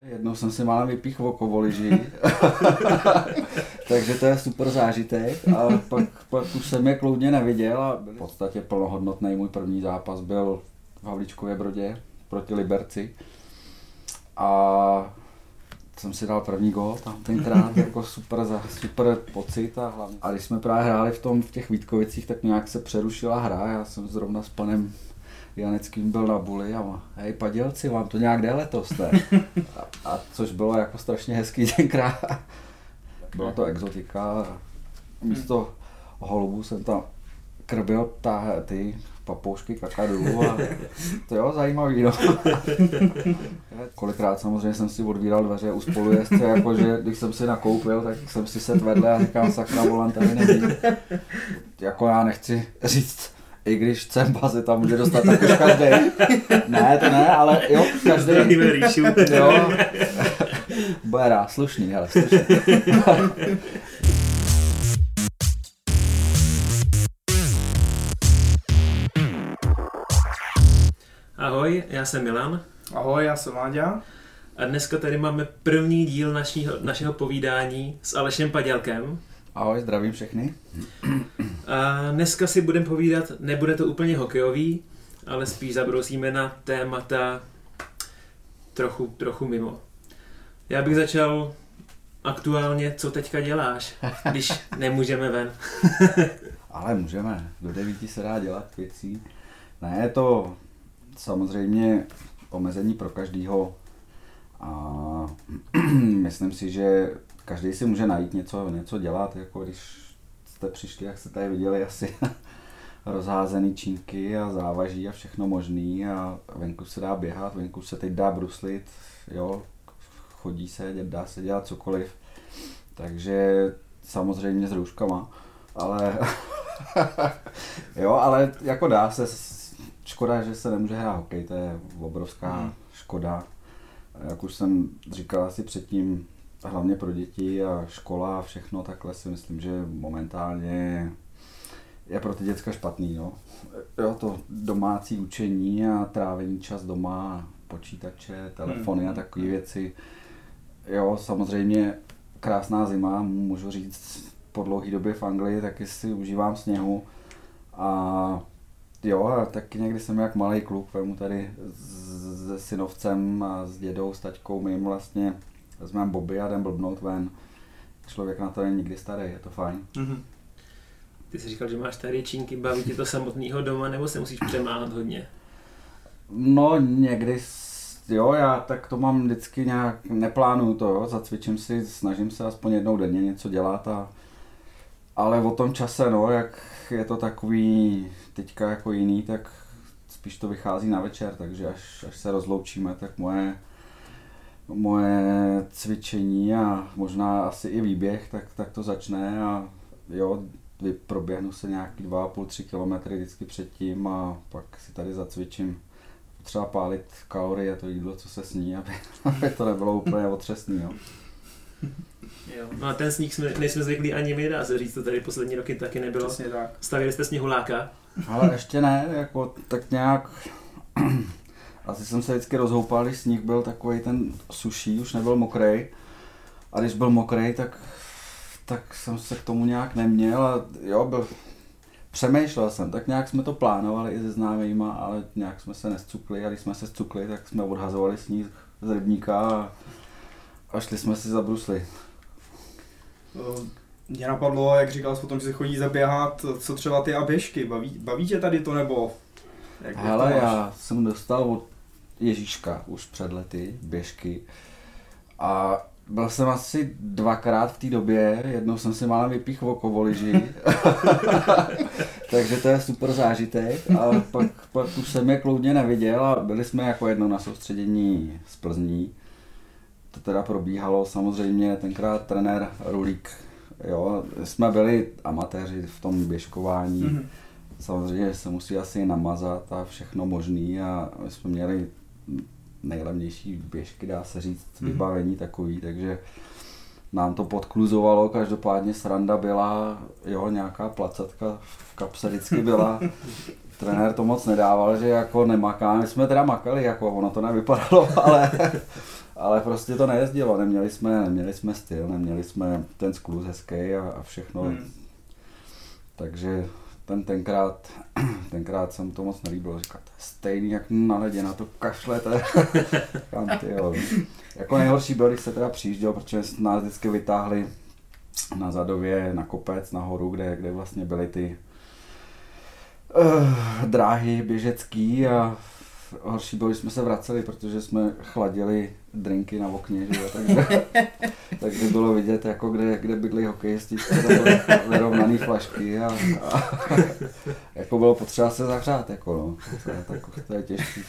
Jednou jsem si málem vypích oko o lyži, takže to je super zážitek, ale pak už jsem je kloudně neviděl a v podstatě plnohodnotný můj první zápas byl v Havlíčkově Brodě proti Liberci a jsem si dal první gól tam tenkrát, jako super pocit a hlavně. A když jsme právě hráli v těch Vítkovicích, tak nějak se přerušila hra, já jsem zrovna s panem Janeckým byl na buli a hej padělci, vám to nějak jde letos, ne? A což bylo jako strašně hezký tenkrát. Byla to exotika, místo holubů jsem tam krbil ty papoušky kakadu a to jo, zajímavý, no. Kolikrát samozřejmě jsem si odvíral dveře u spolujezdce, jakože když jsem si nakoupil, tak jsem si sedl vedle a říkám, sakra, volant tady není. Jako já nechci říct, i když Cemba se tam může dostat tak už každý. Ne, to ne, ale jo, každý. Jo. Bude rád, slušný, hele, slušný. Ahoj, já jsem Milan. Ahoj, já jsem Láďa. A dneska tady máme první díl našeho povídání s Alešem Padělkem. Ahoj, zdravím všechny. A dneska si budeme povídat, nebude to úplně hokejový, ale spíš zabrousíme na témata trochu mimo. Já bych začal aktuálně, co teďka děláš, když nemůžeme ven. Ale můžeme, do 9 se dá dělat věcí. Ne, je to samozřejmě omezení pro každýho a myslím si, že každý si může najít něco dělat, jako když jste přišli, jak jste tady viděli asi rozházený čínky a závaží a všechno možný a venku se dá běhat, venku se teď dá bruslit, jo, chodí se, dá se dělat cokoliv, takže samozřejmě s rouškama, ale jo, ale jako dá se, škoda, že se nemůže hrát hokej, to je obrovská škoda, jak už jsem říkal asi předtím, hlavně pro děti a škola a všechno, takhle si myslím, že momentálně je pro ty děcka špatný, no. Jo, to domácí učení a trávení čas doma, počítače, telefony a takové věci. Jo, samozřejmě krásná zima, můžu říct, po dlouhé době v Anglii taky si užívám sněhu a jo, a taky někdy jsem jak malej kluk, vemu tady se synovcem a s dědou, s taťkou mým vlastně, vezmeme Bobby a jdem blbnout ven. Člověk na to je nikdy starý, je to fajn. Mm-hmm. Ty jsi říkal, že máš tady čínky, baví tě to samotného doma, nebo se musíš přemáhat hodně? No někdy, jo, já tak to mám vždycky nějak, neplánuju to, jo, zacvičím si, snažím se aspoň jednou denně něco dělat ale o tom čase, no, jak je to takový teďka jako jiný, tak spíš to vychází na večer, takže až se rozloučíme, tak moje cvičení a možná asi i výběh, tak to začne a jo, proběhnu se nějaký 2,5-3 kilometry vždycky předtím a pak si tady zacvičím. Potřeba pálit kalorie a to jídlo, co se sní, aby to nebylo úplně otřesný, jo. Jo, no a ten sníh nejsme zvyklí ani my, dá se říct, to tady poslední roky taky nebylo. Přesně tak. Stavili jste sněhuláka? Ale ještě ne, jako tak nějak, asi jsem se vždycky rozhoupal, když sníh byl takovej ten suší, už nebyl mokrej. A když byl mokrej, tak jsem se k tomu nějak neměl a jo, přemýšlel jsem, tak nějak jsme to plánovali i se známýma, ale nějak jsme se nescukli a když jsme se zcukli, tak jsme odhazovali sníh z rybníka a šli jsme si zabruslit. Mě napadlo, jak říkal jsi o tom, že se chodí zaběhat, co třeba ty a běžky, baví tě tady to nebo? Hele, já jsem dostal od Ježíška už před lety běžky a byl jsem asi 2krát v té době, jednou jsem si málem vypích oko o lyži, takže to je super zážitek, ale pak už jsem je kloudně neviděl a byli jsme jako jednou na soustředění z Plzní. To teda probíhalo samozřejmě tenkrát trenér Rulík, jo, jsme byli amatéři v tom běžkování, samozřejmě se musí asi namazat a všechno možný a my jsme měli nejlevnější běžky, dá se říct, vybavení takový, takže nám to podkluzovalo, každopádně sranda byla, jo, nějaká placetka v kapse vždycky byla, trenér to moc nedával, že jako nemaká, my jsme teda makali, jako ono to nevypadalo, ale prostě to nejezdilo, neměli jsme styl, neměli jsme ten skluz hezký a všechno. Takže tenkrát jsem to moc nelíbil, říkal, to je stejný jak na ledě, na to kašlete. Jako nejhorší byl, když se teda přijížděl, protože nás vždycky vytáhli na Zadově, na kopec, nahoru, kde vlastně byly ty dráhy běžecký a horší bylo, když jsme se vraceli, protože jsme chladili drinky na okně, že jo, takže bylo vidět, jako kde bydlí hokejisti, kde byly vyrovnaný flašky a jako bylo potřeba se zahřát, jako no, to je těžký.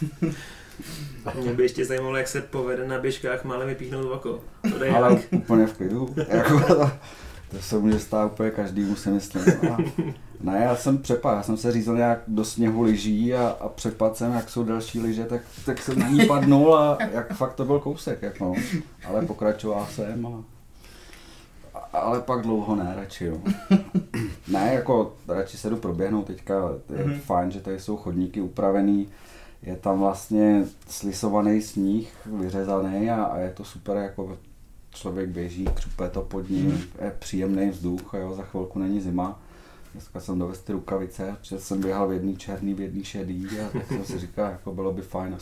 Mě by ještě zajímalo, jak se povede na běžkách málem vypíchnout vako. Ale úplně v klidu, jako to se může stát úplně každému, si myslím. Ne, já jsem se řízel nějak do sněhu lyží a přepadl jsem, jak jsou další lyže, tak jsem na ní padnul a jak fakt to byl kousek, jako no. Ale pokračoval jsem ale pak dlouho ne, radši jo. Ne, jako radši se jdu proběhnout teďka, je fajn, že tady jsou chodníky upravený, je tam vlastně slisovaný sníh, vyřezaný a je to super, jako člověk běží, křupe to pod ním, je příjemný vzduch a jo, za chvilku není zima. Dneska jsem dovez ty rukavice, protože jsem běhal v jedný černý, v jedný šedý a tak jsem si říkal, jako bylo by fajn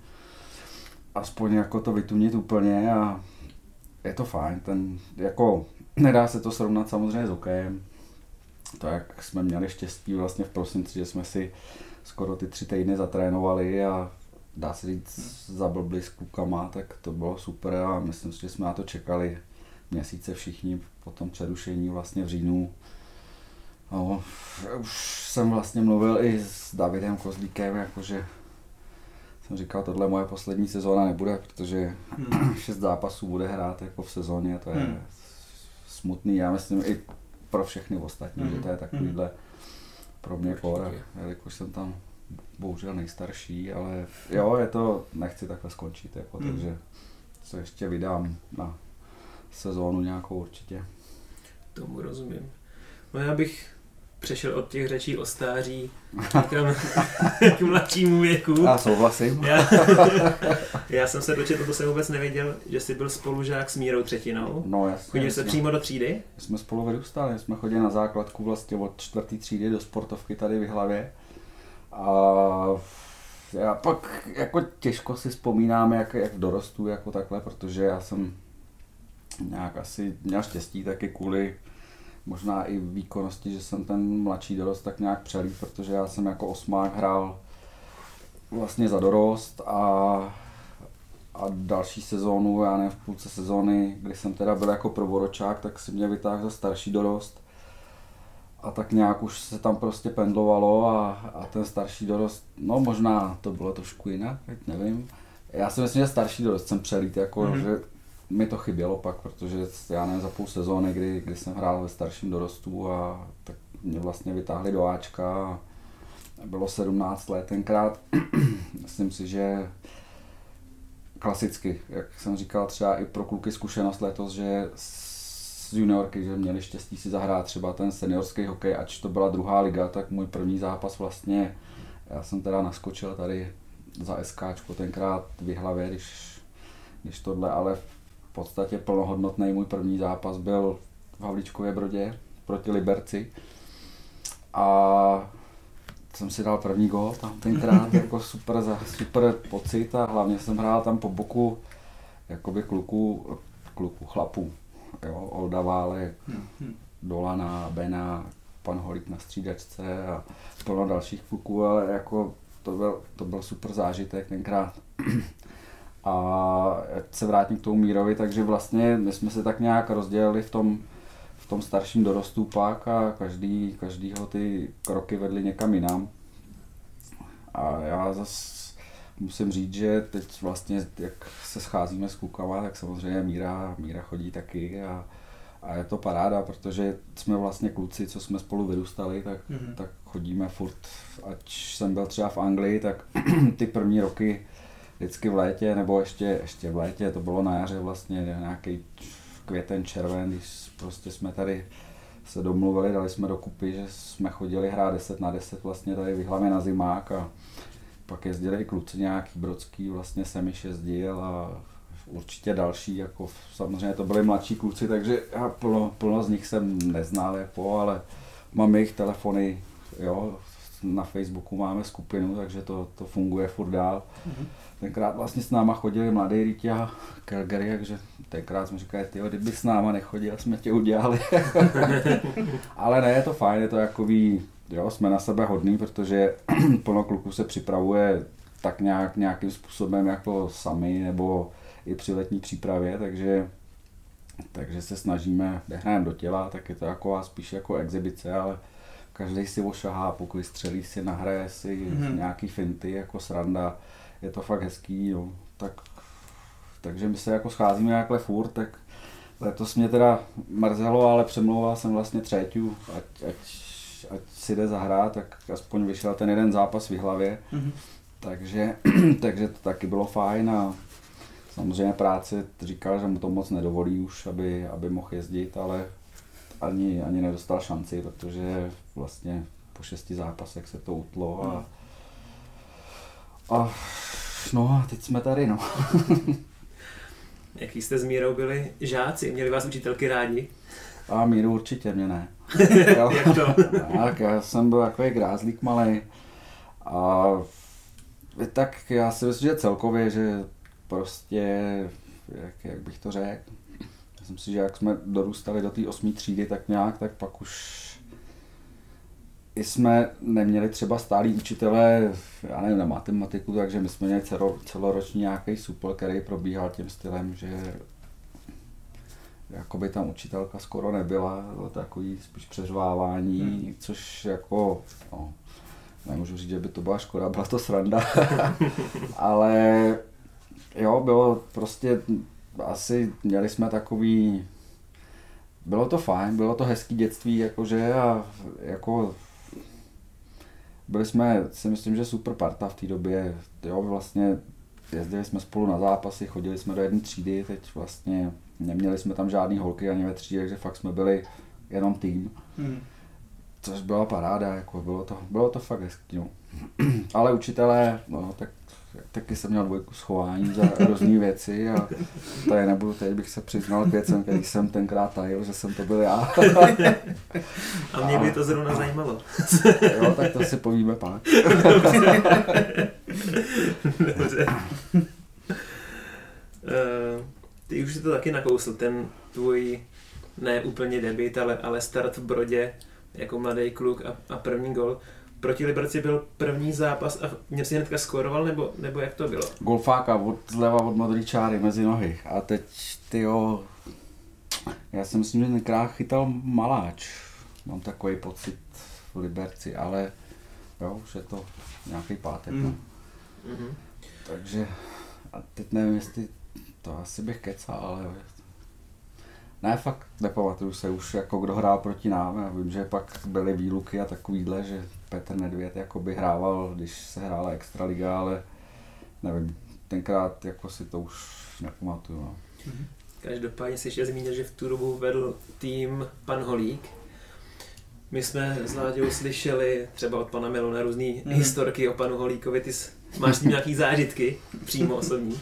aspoň jako to vytunit úplně a je to fajn, jako nedá se to srovnat samozřejmě s hokejem. To jak jsme měli štěstí vlastně v prosinci, že jsme si skoro ty 3 týdny zatrénovali a dá se říct zablbli s klukama, tak to bylo super a myslím si, že jsme na to čekali měsíce všichni po tom přerušení vlastně v říjnu. No, už jsem vlastně mluvil i s Davidem Kozlíkem, jakože jsem říkal, tohle moje poslední sezóna nebude, protože 6 zápasů bude hrát jako v sezóně, to je smutný, já myslím i pro všechny ostatní, že to je takovýhle pro mě kor, jelikož jsem tam bohužel nejstarší, ale jo, je to, nechci takhle skončit, jako, takže se ještě vydám na sezónu nějakou určitě. Tomu rozumím. No já bych přešel od těch řečí o stáří k mladšímu věku. Já souhlasím. Já jsem se dočetl, to jsem vůbec nevěděl, že jsi byl spolužák s Mírou Třetinou. No jasně. Chodil jsi přímo do třídy? Jsme spolu vyrůstali, jsme chodili na základku vlastně od 4. třídy do sportovky tady v Jihlavě. A já pak jako těžko si vzpomínám, jak v dorostu jako takhle, protože já jsem nějak asi měl štěstí taky kvůli možná i výkonnosti, že jsem ten mladší dorost tak nějak přelít, protože já jsem jako osmák hrál vlastně za dorost a další sezónu, já nevím, v půlce sezóny, kdy jsem teda byl jako prvoročák, tak si mě vytáhl za starší dorost. A tak nějak už se tam prostě pendlovalo a ten starší dorost, no možná to bylo trošku jinak, nevím. Já si myslím, že starší dorost jsem přelít, jako že mi to chybělo pak, protože já nevím, za půl sezóny, kdy jsem hrál ve starším dorostu a tak mě vlastně vytáhli do Ačka a bylo 17 let tenkrát. Myslím si, že klasicky, jak jsem říkal, třeba i pro kluky zkušenost letos, že z juniorky, že měli štěstí si zahrát třeba ten seniorský hokej, ač to byla druhá liga, tak můj první zápas vlastně, já jsem teda naskočil tady za SKčko tenkrát v Jihlavě, když tohle, ale v podstatě plnohodnotný můj první zápas byl v Havlíčkově Brodě proti Liberci a jsem si dal první gól tam tenkrát, jako super pocit a hlavně jsem hrál tam po boku jakoby chlapů. Jo, Olda Válek, Dolana, Bena, pan Holík na střídačce a plno dalších kluků, ale jako to byl super zážitek tenkrát. A se vrátím k tomu Mírovi, takže vlastně my jsme se tak nějak rozdělili v tom starším dorostu pak a každýho ty kroky vedly někam jinam. A já zase musím říct, že teď vlastně, jak se scházíme s klukama, tak samozřejmě Míra chodí taky a je to paráda, protože jsme vlastně kluci, co jsme spolu vyrůstali, tak chodíme furt, ať jsem byl třeba v Anglii, tak ty první roky vždycky v létě, nebo ještě v létě, to bylo na jaře vlastně nějaký květen, červen, když prostě jsme tady se domluvili, dali jsme dokupy, že jsme chodili hrát 10-10 vlastně tady v Jihlavě na zimák a pak jezdili i kluci nějaký brodský, vlastně Semiš jezdil a určitě další, jako samozřejmě to byli mladší kluci, takže já plno z nich jsem neznal, jako, ale mám jejich telefony, jo, na Facebooku máme skupinu, takže to funguje furt dál. Tenkrát vlastně s náma chodili mladý Rítě a Calgary, takže tenkrát jsme říkali, tyjo, kdyby s náma nechodil, jsme tě udělali. Ale ne, je to fajn, je to jakový, jo, jsme na sebe hodný, protože plno kluků se připravuje tak nějakým způsobem jako sami, nebo i při letní přípravě, takže se snažíme, nehrajeme do těla, tak je to jako spíš jako exibice, ale každý si ošahá, pokud střelí si, nahraje si nějaký finty, jako sranda, je to fakt hezký, no. Takže my se jako scházíme nějakhle furt, tak letos mě teda mrzelo, ale přemlouval jsem vlastně Třeťu, ať si jde zahrát, tak aspoň vyšel ten jeden zápas v Jihlavě, takže to taky bylo fajn a samozřejmě práce říkal, že mu to moc nedovolí už, aby mohl jezdit, ale ani nedostal šanci, protože vlastně po 6 zápasech se to utlo a teď jsme tady, no. Jaký jste s Mírou byli žáci? Měli vás učitelky rádi? A Míru určitě mě ne. Jak to? Tak, já jsem byl takový grázlík malej a tak já si myslím, že celkově, že prostě, jak bych to řekl, myslím si, že jak jsme dorůstali do té 8. třídy, tak nějak, tak pak už i jsme neměli třeba stálý učitele, já nevím, na matematiku, takže my jsme měli celoroční nějaký supl, který probíhal tím stylem, že jakoby tam učitelka skoro nebyla, takový spíš přeřvávání, což jako, no, nemůžu říct, že by to byla škoda, byla to sranda, ale jo, bylo prostě, asi měli jsme takový, bylo to fajn, bylo to hezký dětství, jakože a jako byli jsme, si myslím, že super parta v té době, jo, vlastně jezdili jsme spolu na zápasy, chodili jsme do jedné třídy, teď vlastně neměli jsme tam žádný holky ani ve třídě, takže fakt jsme byli jenom tým, což byla paráda, jako bylo to fakt hezký, no. Ale učitelé, no, taky jsem měl 2 schování za různý věci a tady nebudu, teď bych se přiznal k věcem, který jsem tenkrát tajil, že jsem to byl já. A mě by to zrovna zajímalo. Jo, tak to si povíme pak. Dobře. Ty už si to taky nakousl, ten tvůj, ne úplně debut, ale start v Brodě jako mladý kluk a první gol. Proti Liberci byl první zápas a mě si hnedka skóroval, nebo jak to bylo? Golfáka zleva od modrý čáry mezi nohy a teď tyjo, já si myslím, že tenkrát chytal Maláč, mám takový pocit v Liberci, ale jo, už je to nějaký pátek, no. Takže a teď nevím, jestli to asi bych kecal, ale ne, fakt nepamatuju se už, jako kdo hrál proti nám. Já vím, že pak byly výluky a takovýhle, že Petr Nedvěd jakoby hrával, když se hrála Extraliga, ale nevím, tenkrát jako si to už nepamatuju. No. Každopádně si ještě zmínil, že v tu dobu vedl tým pan Holík. My jsme s Láďou slyšeli třeba od pana Melona různé historky o panu Holíkovi. Ty máš s ním nějaký zážitky, přímo osobní?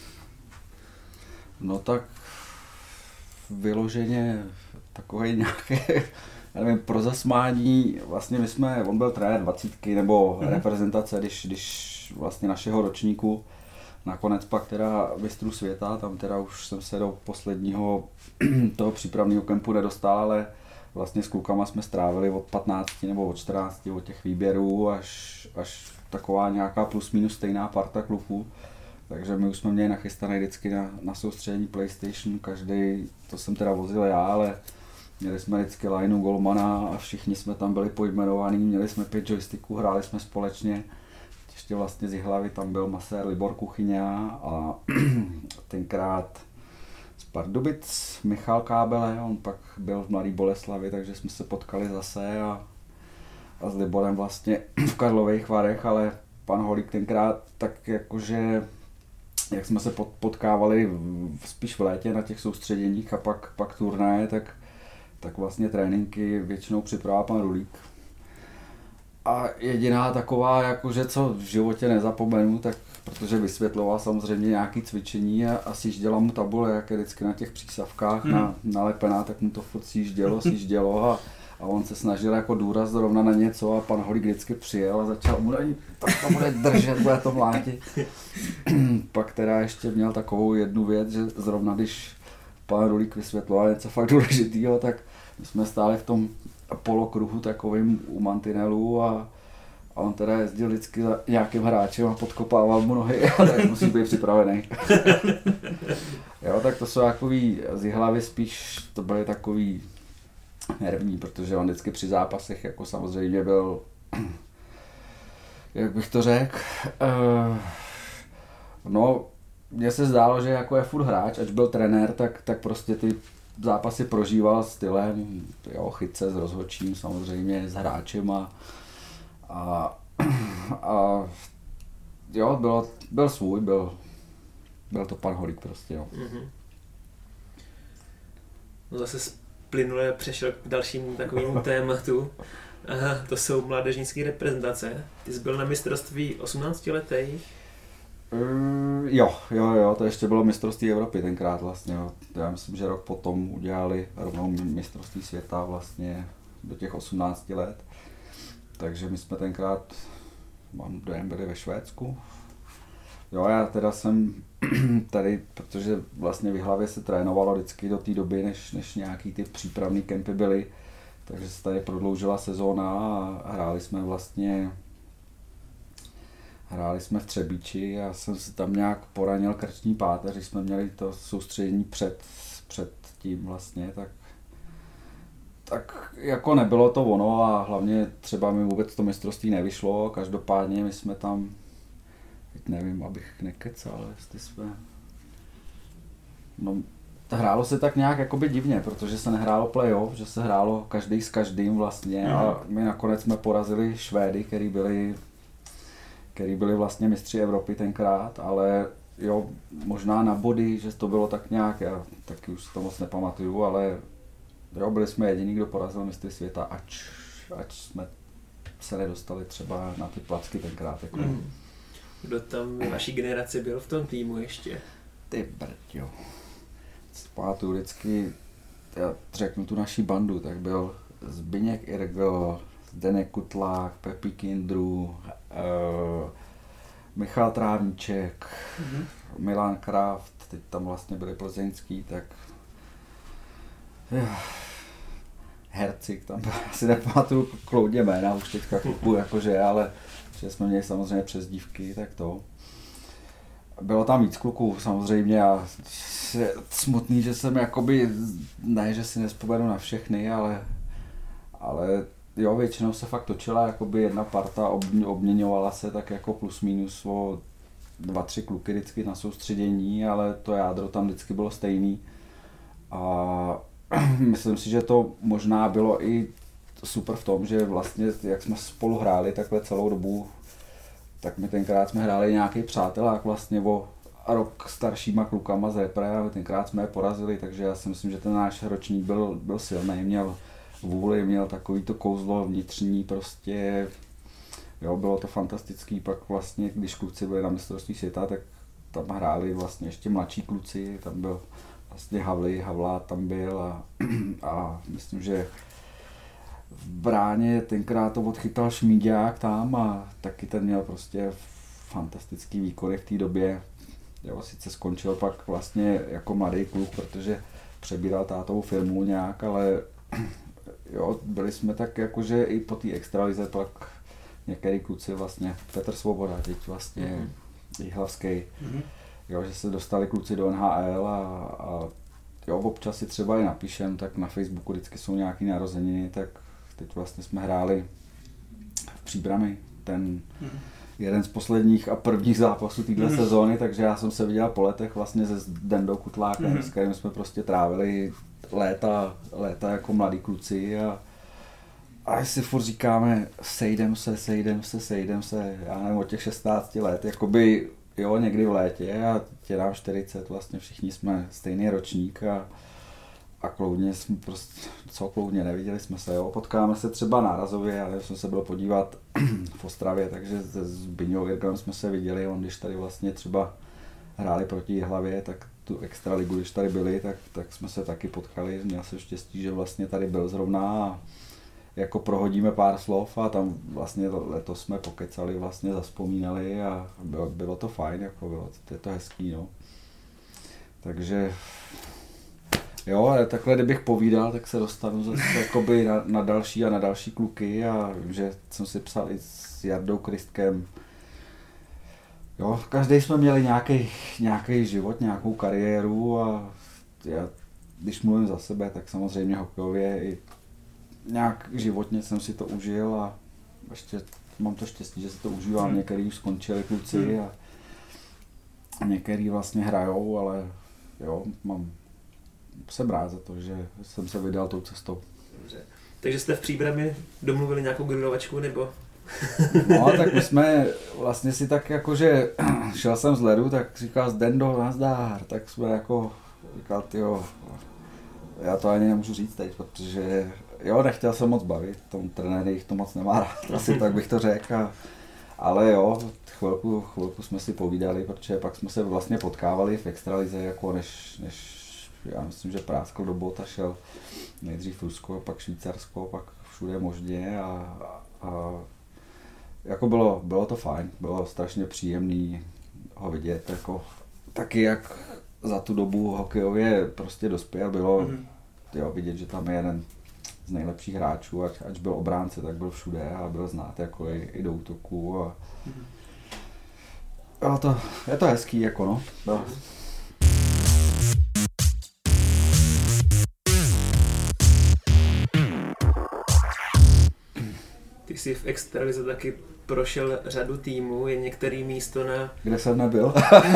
No tak vyloženě takový nějaký, já nevím, pro zasmání, vlastně on byl trenér 20 nebo reprezentace, když vlastně našeho ročníku, nakonec pak teda mistrů světa, tam teda už jsem se do posledního toho přípravného kempu nedostal, ale vlastně s klukama jsme strávili od 15 nebo od 14 od těch výběrů až taková nějaká plus minus stejná parta kluků. Takže my už jsme měli nachystané vždycky na soustředění PlayStation, každý, to jsem teda vozil já, ale měli jsme vždycky lineu golmana a všichni jsme tam byli pojmenovaní, měli jsme 5 joysticků, hráli jsme společně. Ještě vlastně z Jihlavy tam byl masér Libor Kuchyňa a tenkrát z Pardubic Michal Kábele, on pak byl v Mladý Boleslavi, takže jsme se potkali zase a s Liborem vlastně v Karlových Varech, ale pan Holík tenkrát tak jakože jak jsme se potkávali spíš v létě na těch soustředěních a pak turnaje, tak vlastně tréninky většinou připravil pan Rulík. A jediná taková, jakože co v životě nezapomenu, tak protože vysvětloval samozřejmě nějaké cvičení a sjížděla mu tabule, jak je vždycky na těch přísavkách nalepená, tak mu to furt sjíždělo a on se snažil jako důraz zrovna na něco a pan Holík vždycky přijel a začal mu tak to bude držet, bude to mlátit. Pak teda ještě měl takovou jednu věc, že zrovna když pan Holík vysvětloval něco fakt důležitýho, tak my jsme stáli v tom polokruhu takovým u mantinelu a on teda jezdil vždycky za nějakým hráčem a podkopával mu nohy a tak musí být připravený. Jo, tak to jsou takový z hlavy spíš, to byly takový nervní, protože on vždycky při zápasech jako samozřejmě byl, jak bych to řekl, no mně se zdálo, že jako je furt hráč, ať byl trenér, tak prostě ty zápasy prožíval stylem, jo, chytce s rozhodčím samozřejmě, s hráčem a jo, byl svůj, byl to pan Holík prostě, jo. Mm-hmm. No zase plynule přešel k dalšímu takovému tématu. Aha, to jsou mládežnické reprezentace. Ty jsi byl na mistrovství 18 letých. Jo, to ještě bylo mistrovství Evropy tenkrát vlastně, jo. Já myslím, že rok potom udělali rovnou mistrovství světa vlastně do těch 18 let. Takže my jsme tenkrát, mám dojem, byli ve Švédsku. Jo, já teda jsem tady, protože vlastně v Jihlavě se trénovalo vždycky do té doby, než nějaký ty přípravné kempy byly. Takže se tady prodloužila sezóna a hráli jsme v Třebíči. Já jsem si tam nějak poranil krční páteř, když jsme měli to soustředění před tím vlastně, tak jako nebylo to ono a hlavně třeba mi vůbec to mistrovství nevyšlo. Každopádně my jsme tam, teď nevím, abych nekecal, jestli jsme... No, hrálo se tak nějak jakoby divně, protože se nehrálo playoff, že se hrálo každý s každým vlastně a my nakonec jsme porazili Švédy, který byli vlastně mistři Evropy tenkrát, ale jo, možná na body, že to bylo tak nějak, já taky už to moc nepamatuju, ale jo, byli jsme jediní, kdo porazil mistry světa, ať jsme se nedostali třeba na ty placky tenkrát. Jako. Kdo tam v vaší generaci byl v tom týmu ještě? Ty brďo. Pamatuju vždycky, já řeknu tu naší bandu, tak byl Zbyněk Irgl, Zdeněk Kutlák, Pepi Kindru, Michal Trávníček, Milan Kraft, teď tam vlastně byli plzeňský, tak Hercik, tam asi nepamatuju kloudně jména, už teďka klubu jakože, ale že jsme měli samozřejmě přezdívky, tak to. Bylo tam víc kluků samozřejmě a je smutný, že jsem jakoby, ne, že si nevzpomenu na všechny, ale jo, většinou se fakt točila jakoby jedna parta, obměňovala se tak jako plus minus o 2-3 kluky vždycky na soustředění, ale to jádro tam vždycky bylo stejný. A myslím si, že to možná bylo i super v tom, že vlastně jak jsme spolu hráli takhle celou dobu, tak my tenkrát jsme hráli nějaký přátelák vlastně o rok staršíma klukama z repre a tenkrát jsme je porazili, takže já si myslím, že ten náš ročník byl silný, měl vůli, měl takový to kouzlo vnitřní prostě, jo, bylo to fantastický, pak vlastně, když kluci byli na mistrovství světa, tak tam hráli vlastně ještě mladší kluci, tam byl vlastně Havla tam byl a myslím, že v bráně tenkrát to odchytal Šmíďák tam a taky ten měl prostě fantastický výkony v té době. Jo, sice skončil pak vlastně jako mladý kluk, protože přebíral tátovou firmu nějak, ale jo, byli jsme tak jakože i po té extralize pak některý kluci vlastně, Petr Svoboda, teď vlastně jihlavský, jo, že se dostali kluci do NHL a jo, občas si třeba i napíšem, tak na Facebooku vždycky jsou nějaký narozeniny, tak teď vlastně jsme hráli v Příbrami ten jeden z posledních a prvních zápasů téhle sezóny, takže já jsem se viděl po letech vlastně se Zdendou Kutlákem, s kterým jsme prostě trávili léta jako mladí kluci a si furt říkáme sejdem se, já nevím, od těch 16 let, jakoby jo, někdy v létě a tě nám 40, vlastně všichni jsme stejný ročník a kloudně jsme prostě, kloudně, neviděli jsme se, jo. Potkáme se třeba nárazově, ale jsem se byl podívat v Ostravě, takže s Byňou Jirkem jsme se viděli, on když tady vlastně třeba hráli proti Jihlavě, tak tu extraligu, když tady byli, tak jsme se taky potkali, měl jsem štěstí, že vlastně tady byl zrovna a jako prohodíme pár slov a tam vlastně letos jsme pokecali, vlastně zazpomínali a bylo to fajn, jako je to hezký, no. Takže jo, ale takhle kdybych povídal, tak se dostanu zase jakoby na další a na další kluky a vím, že jsem si psal i s Jardou Kristkem. Jo, každý jsme měli nějaký život, nějakou kariéru a já, když mluvím za sebe, tak samozřejmě hokejově i nějak životně jsem si to užil a ještě mám to štěstí, že si to užívám. Některý už skončili kluci a některý vlastně hrajou, ale jo, jsem rád za to, že jsem se vydal tou cestou. Dobře. Takže jste v Příbrami domluvili nějakou grilovačku, nebo? No, tak my jsme vlastně si tak jakože, šel jsem z ledu, tak říkal Zdendo, nazdár, tak jsme jako, říkal tyjo, já to ani nemůžu říct teď, protože jo, nechtěl jsem moc bavit, tom trenér jich to moc nemá rád, asi tak bych to řekl, ale jo, chvilku jsme si povídali, protože pak jsme se vlastně potkávali v extralize, jako než já myslím, že práskl do bot a šel nejdřív Rusko, pak Švýcarsko, pak všude možně a jako bylo to fajn, bylo strašně příjemný ho vidět, jako taky jak za tu dobu hokejově prostě dospěl, bylo jo, vidět, že tam je jeden z nejlepších hráčů, ať byl obránce, tak byl všude a byl znát jako i do útoku a je to hezký, jako no. Ty jsi v extralize taky prošel řadu týmů, je některý místo na... Kde jsem nebyl?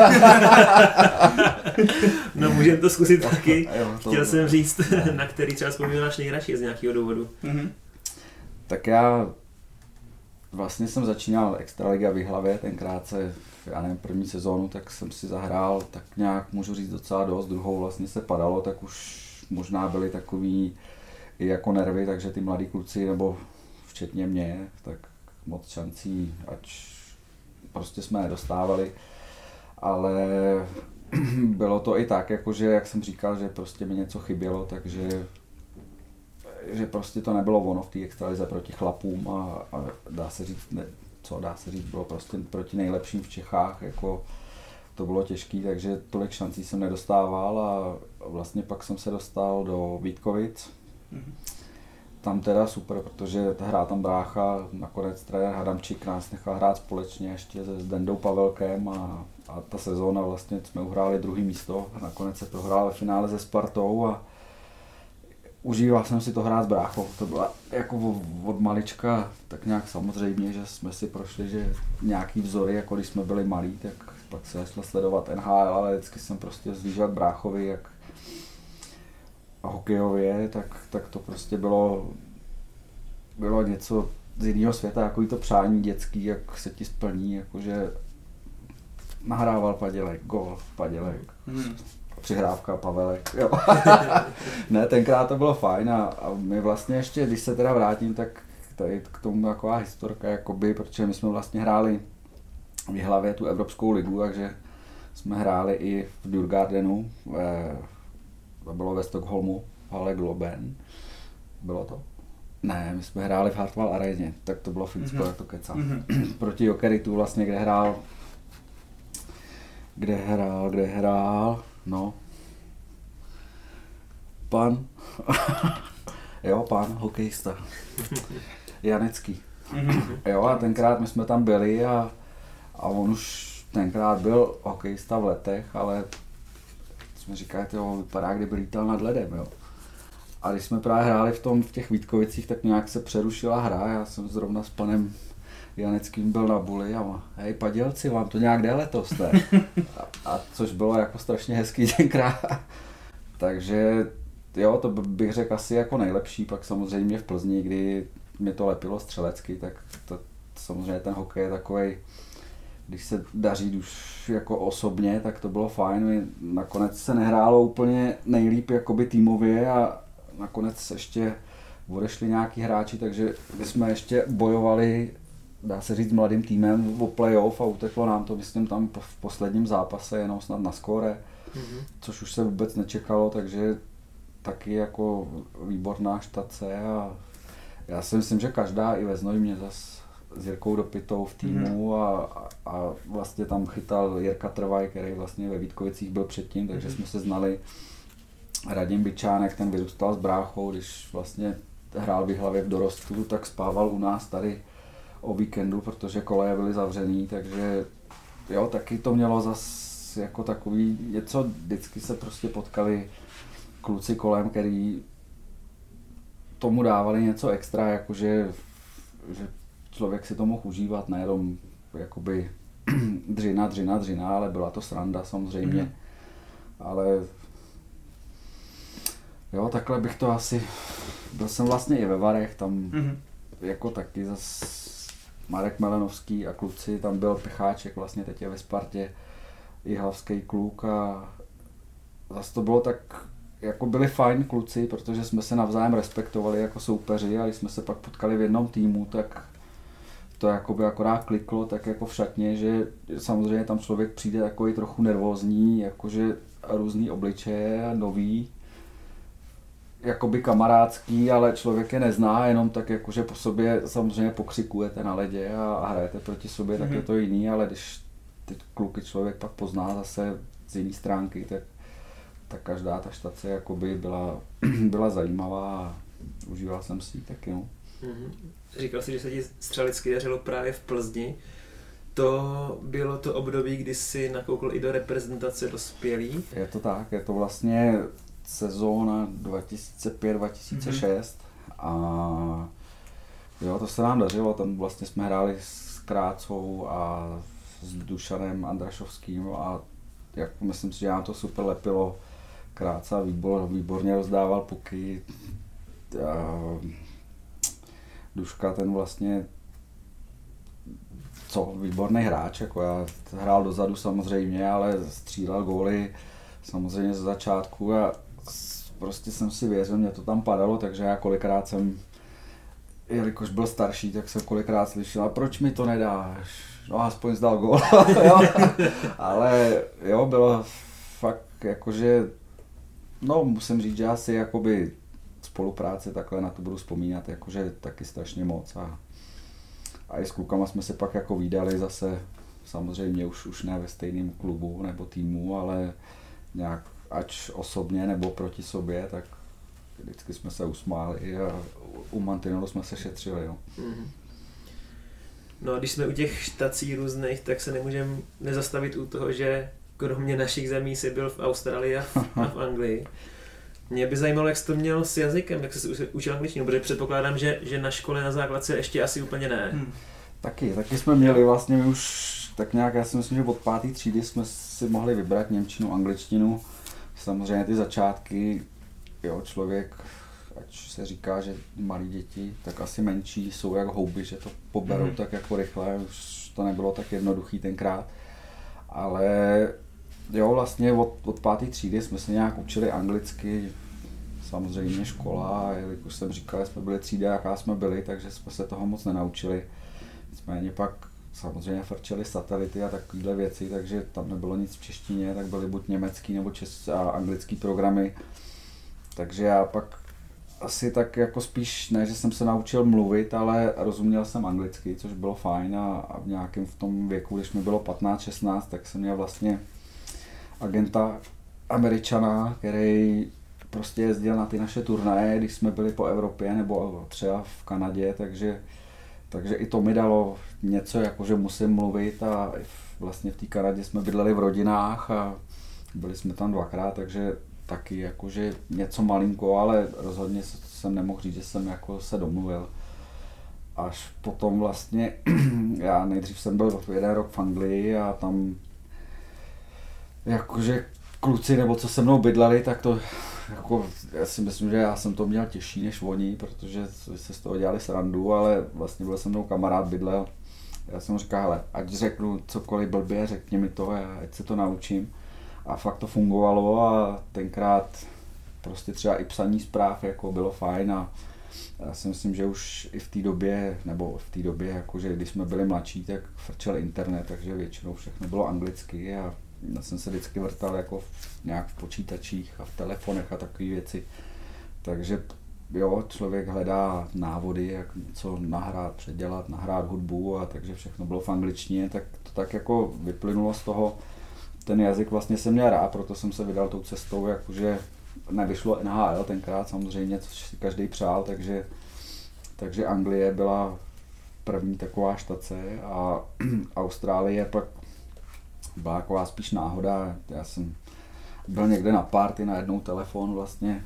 No můžeme to zkusit taky. Chtěl jsem říct, na který třeba vzpomínáš nejradši z nějakého důvodu. Tak já vlastně jsem začínal extraliga v Jihlavě, tenkrát já nevím, první sezónu, tak jsem si zahrál tak nějak, můžu říct docela dost, druhou vlastně se padalo, tak už možná byly takový i jako nervy, takže ty mladí kluci, nebo včetně mě, tak moc šancí, ať prostě jsme nedostávali, ale bylo to i tak, jakože, jak jsem říkal, že prostě mi něco chybělo, takže že prostě to nebylo ono v té extralize proti chlapům a dá se říct, bylo prostě proti nejlepším v Čechách, jako to bylo těžký, takže tolik šancí jsem nedostával a vlastně pak jsem se dostal do Vítkovic. Tam teda super, protože hrá tam brácha, nakonec trenér Hadamčík nás nechal hrát společně ještě se Zdendou Pavelkem a ta sezóna vlastně jsme uhráli druhý místo, nakonec se prohrál ve finále se Spartou a užíval jsem si to hrát s bráchou. To bylo jako od malička tak nějak samozřejmě, že jsme si prošli, že nějaký vzory, jako když jsme byli malí, tak pak se šlo sledovat NHL, ale vždycky jsem prostě zlížel k bráchovi, jak hokejově, tak to prostě bylo něco z jiného světa, jako to přání dětský, jak se ti splní, jakože nahrával Padělek, gól Padělek, přihrávka Pavelek, jo. Ne, tenkrát to bylo fajn a my vlastně ještě, když se teda vrátím, tak tady k tomu taková historka, jakoby, protože my jsme vlastně hráli v Jihlavě tu Evropskou ligu, takže jsme hráli i v Djurgardenu, to bylo ve Stockholmu, v hale Globen. Bylo to? Ne, my jsme hráli v Hartwall aréně, tak to bylo Finsko, jak to kecám. Proti Jokeritu vlastně, kde hrál, no. Pan hokejista. Janecký. Jo, a tenkrát my jsme tam byli a on už tenkrát byl hokejista v Letech, ale jsme říkali, že vypadá, kdyby lítal nad ledem, jo. A když jsme právě hráli v těch Vítkovicích, tak nějak se přerušila hra, já jsem zrovna s panem Janeckým byl na buli a hej Padělci, vám to nějak jde letos, ne? A což bylo jako strašně hezký tenkrát. Takže jo, to bych řekl asi jako nejlepší, pak samozřejmě v Plzni, kdy mi to lepilo střelecky, tak to, samozřejmě ten hokej je takovej když se daří už jako osobně, tak to bylo fajn. Nakonec se nehrálo úplně nejlíp jakoby týmově a nakonec ještě odešli nějaký hráči, takže jsme ještě bojovali, dá se říct, mladým týmem o playoff a uteklo nám to, myslím, tam v posledním zápase jenom snad na skóre, což už se vůbec nečekalo, takže taky jako výborná štace a já si myslím, že každá i ve Znojmě zas s Jirkou Dopitou v týmu a vlastně tam chytal Jirka Trvaj, který vlastně ve Vítkovicích byl předtím, takže jsme se znali. Radim Byčánek, ten vyrůstal s bráchou, když vlastně hrál v Jihlavě v dorostu, tak spával u nás tady o víkendu, protože koleje byly zavřený, takže jo, taky to mělo zas jako takový něco, vždycky se prostě potkali kluci kolem, který tomu dávali něco extra, jakože že člověk si to mohl užívat, nejenom jakoby dřina, ale byla to sranda samozřejmě, ale jo, takhle bych to asi, byl jsem vlastně i ve Varech, tam jako taky zas Marek Melenovský a kluci, tam byl Pecháček, vlastně teď je ve Spartě, jihlavský kluk a zase to bylo tak, jako byli fajn kluci, protože jsme se navzájem respektovali jako soupeři a když jsme se pak potkali v jednom týmu, tak to jakoby akorát kliklo tak jako v šatně, že samozřejmě tam člověk přijde takový trochu nervózní, jakože různý obličeje, nový, jakoby kamarádský, ale člověk je nezná, jenom tak jakože po sobě samozřejmě pokřikujete na ledě a hrajete proti sobě, tak je to jiný, ale když ty kluky člověk pak pozná zase z jiné stránky, tak každá ta štace jakoby byla zajímavá a užíval jsem si ji taky. No. Říkal jsi, že se ti střelecky dařilo právě v Plzni. To bylo to období, kdy jsi nakoukl i do reprezentace dospělých. Je to tak, je to vlastně sezóna 2005-2006 a jo, to se nám dařilo, tam vlastně jsme hráli s Krácou a s Dušanem Andrašovským a myslím si, že nám to super lepilo. Kráca výborně rozdával puky. Duška ten vlastně výborný hráč, jako já hrál dozadu samozřejmě, ale střílel góly samozřejmě ze začátku a prostě jsem si věřil, mě to tam padalo, takže já kolikrát jsem, jelikož byl starší, tak jsem kolikrát slyšel, a proč mi to nedáš? No aspoň zdal gól, ale jo, bylo fakt jakože, no musím říct, že asi jakoby spolupráce takhle na to budu vzpomínat, jakože taky strašně moc a i s klukama jsme se pak jako vídali zase, samozřejmě už ne ve stejném klubu nebo týmu, ale nějak ať osobně nebo proti sobě, tak vždycky jsme se usmáli a u mantinelu jsme se šetřili. Jo. No a když jsme u těch štací různých, tak se nemůžeme nezastavit u toho, že kromě našich zemí jsi byl v Austrálii a v Anglii. Mě by zajímalo, jak jsi to měl s jazykem, jak jsi se učil angličtinu, protože předpokládám, že na škole na základce ještě asi úplně ne. Taky jsme měli vlastně už tak nějak, já si myslím, že od 5. třídy jsme si mohli vybrat němčinu, angličtinu. Samozřejmě ty začátky, jo, člověk, ať se říká, že malí děti, tak asi menší jsou jak houby, že to poberou tak jako rychle, už to nebylo tak jednoduchý tenkrát. Ale jo, vlastně od 5. třídy jsme se nějak učili anglicky, samozřejmě škola, jelikož jsem říkal, že jsme byli třída, jaká jsme byli, takže jsme se toho moc nenaučili. Nicméně pak samozřejmě frčeli satelity a takovéhle věci, takže tam nebylo nic v češtině, tak byly buď německý nebo a anglický programy. Takže já pak asi tak jako spíš, ne, že jsem se naučil mluvit, ale rozuměl jsem anglicky, což bylo fajn a v nějakém v tom věku, když mi bylo 15-16, tak jsem měl vlastně agenta Američana, který prostě jezdil na ty naše turnaje, když jsme byli po Evropě nebo třeba v Kanadě, takže i to mi dalo něco, jako že musím mluvit a vlastně v té Kanadě jsme bydleli v rodinách a byli jsme tam 2krát, takže taky jakože něco malinko, ale rozhodně jsem nemohl říct, že jsem jako se domluvil. Až potom vlastně, já nejdřív jsem byl 1 rok v Anglii a tam jakože kluci nebo co se mnou bydleli, tak to jako, já si myslím, že já jsem to měl těžší než oni, protože se z toho dělali srandu, ale vlastně byl se mnou kamarád, bydlel Já jsem mu říkal, hele, ať řeknu cokoliv blbě, řekni mi to, ať se to naučím. A fakt to fungovalo a tenkrát prostě třeba i psaní zpráv jako bylo fajn a já si myslím, že už i v té době, jakože když jsme byli mladší, tak frčel internet, takže většinou všechno bylo anglicky a já jsem se vždycky vrtal jako nějak v počítačích a v telefonech a takové věci. Takže jo, člověk hledá návody, jak něco nahrát, předělat, nahrát hudbu a takže všechno bylo v angličtině, tak to tak jako vyplynulo z toho. Ten jazyk vlastně jsem měl rád, proto jsem se vydal tou cestou, jakože nevyšlo NHL tenkrát samozřejmě, což si každý přál, takže Anglie byla první taková štace a Austrálie pak byla taková spíš náhoda. Já jsem byl někde na party, najednou telefon vlastně.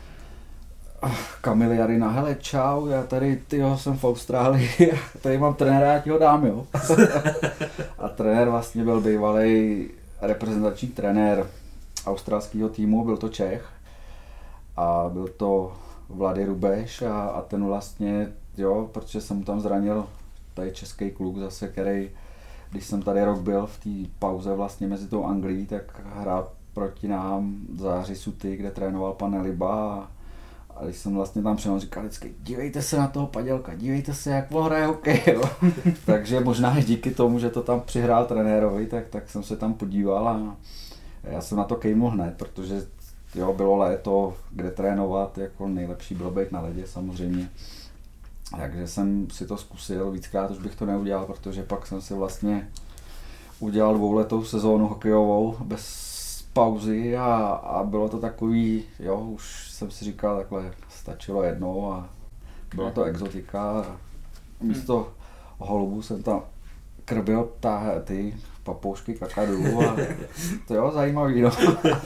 Kamil Jarina, hele čau, já tady jsem v Austrálii, tady mám trenéra, já ti ho dám, jo. A trenér vlastně byl bývalý reprezentační trenér australského týmu, byl to Čech a byl to Vlady Rubeš a ten vlastně, jo, protože jsem mu tam zranil tady český kluk zase, který, když jsem tady rok byl v té pauze vlastně mezi tou Anglií, tak hrál proti nám za Řisuty, kde trénoval pan Neliba a když jsem vlastně tam přijel, říkal vždycky, dívejte se na toho Padělka, dívejte se, jak on hraje hokej, jo. Takže možná i díky tomu, že to tam přihrál trenérovi, tak jsem se tam podíval a já jsem na to kejmul hned, protože jo, bylo léto, kde trénovat, jako nejlepší bylo být na ledě samozřejmě. Takže jsem si to zkusil, víckrát už bych to neudělal, protože pak jsem si vlastně udělal 2letou sezónu hokejovou bez pauzy a bylo to takový, jo, už jsem si říkal takhle, stačilo jednou a byla to exotika a místo holubů jsem tam krbil ty papoušky kakadu a to jo, zajímavý, no.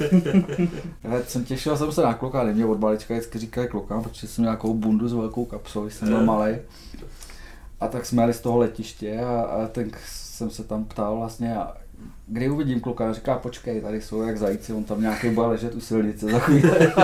Těšil jsem se na kluka, mě od malička vždycky říkali klukám, protože jsem měl nějakou bundu s velkou kapsou, když jsem byl malej. A tak jsme jeli z toho letiště a ten jsem se tam ptal vlastně, a kdy uvidím kluka, a říká počkej, tady jsou jak zajíci, on tam nějaký bude ležet u silnice za chvíli.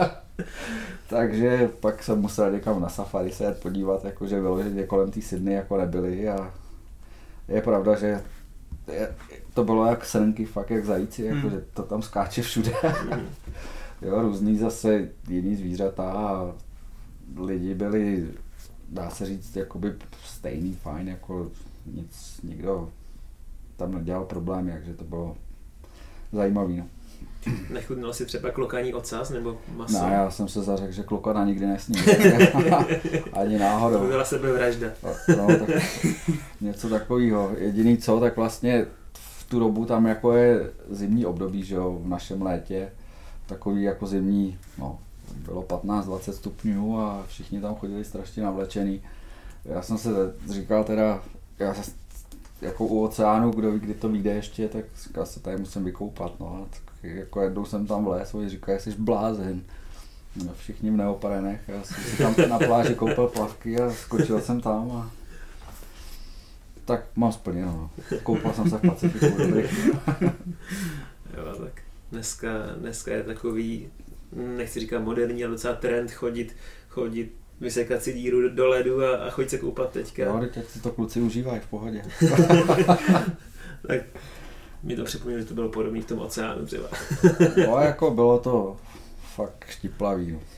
Takže pak jsem musel někam na safari se jet podívat, jakože vyloženě kolem té Sydney jako nebyly a je pravda, že to bylo jak srnky, fakt jak zajíci, jakože to tam skáče všude. Jo, různý zase jiný zvířata a lidi byli, dá se říct, jakoby stejný, fajn, jako nikdo tam nedělal problémy, takže to bylo zajímavý, no. Nechutnal si třeba klokaní ocas nebo maso? Ne, já jsem se zařekl, že klokana nikdy nesní. Ani náhodou. To byla sebevražda. No, tak něco takového. Jediný co, tak vlastně v tu dobu tam jako je zimní období, že jo, v našem létě. Takový jako zimní, no, bylo 15-20 stupňů a všichni tam chodili strašně navlečený. Já jsem se říkal teda, jako u oceánu, kdo ví, kdy to vyjde ještě, tak říkal se, tady musím vykoupat, no. Tak jako jednou jsem tam vlez, oni říkají, jsi blázen. No, všichni v neoprenech, já jsem si tam na pláži koupil plavky a skočil jsem tam a tak mám splněno, no. Koupal jsem se v Pacifiku, dobrý. Jo, tak dneska je takový, nechci říkat moderní, ale docela trend chodit, vysekat si díru do ledu a chodit se koupat teďka. Jo, teď si to kluci užívají v pohodě. Tak mi to připomnělo, že to bylo podobné v tom oceánu třeba. No, jako bylo to fakt štiplavý. No.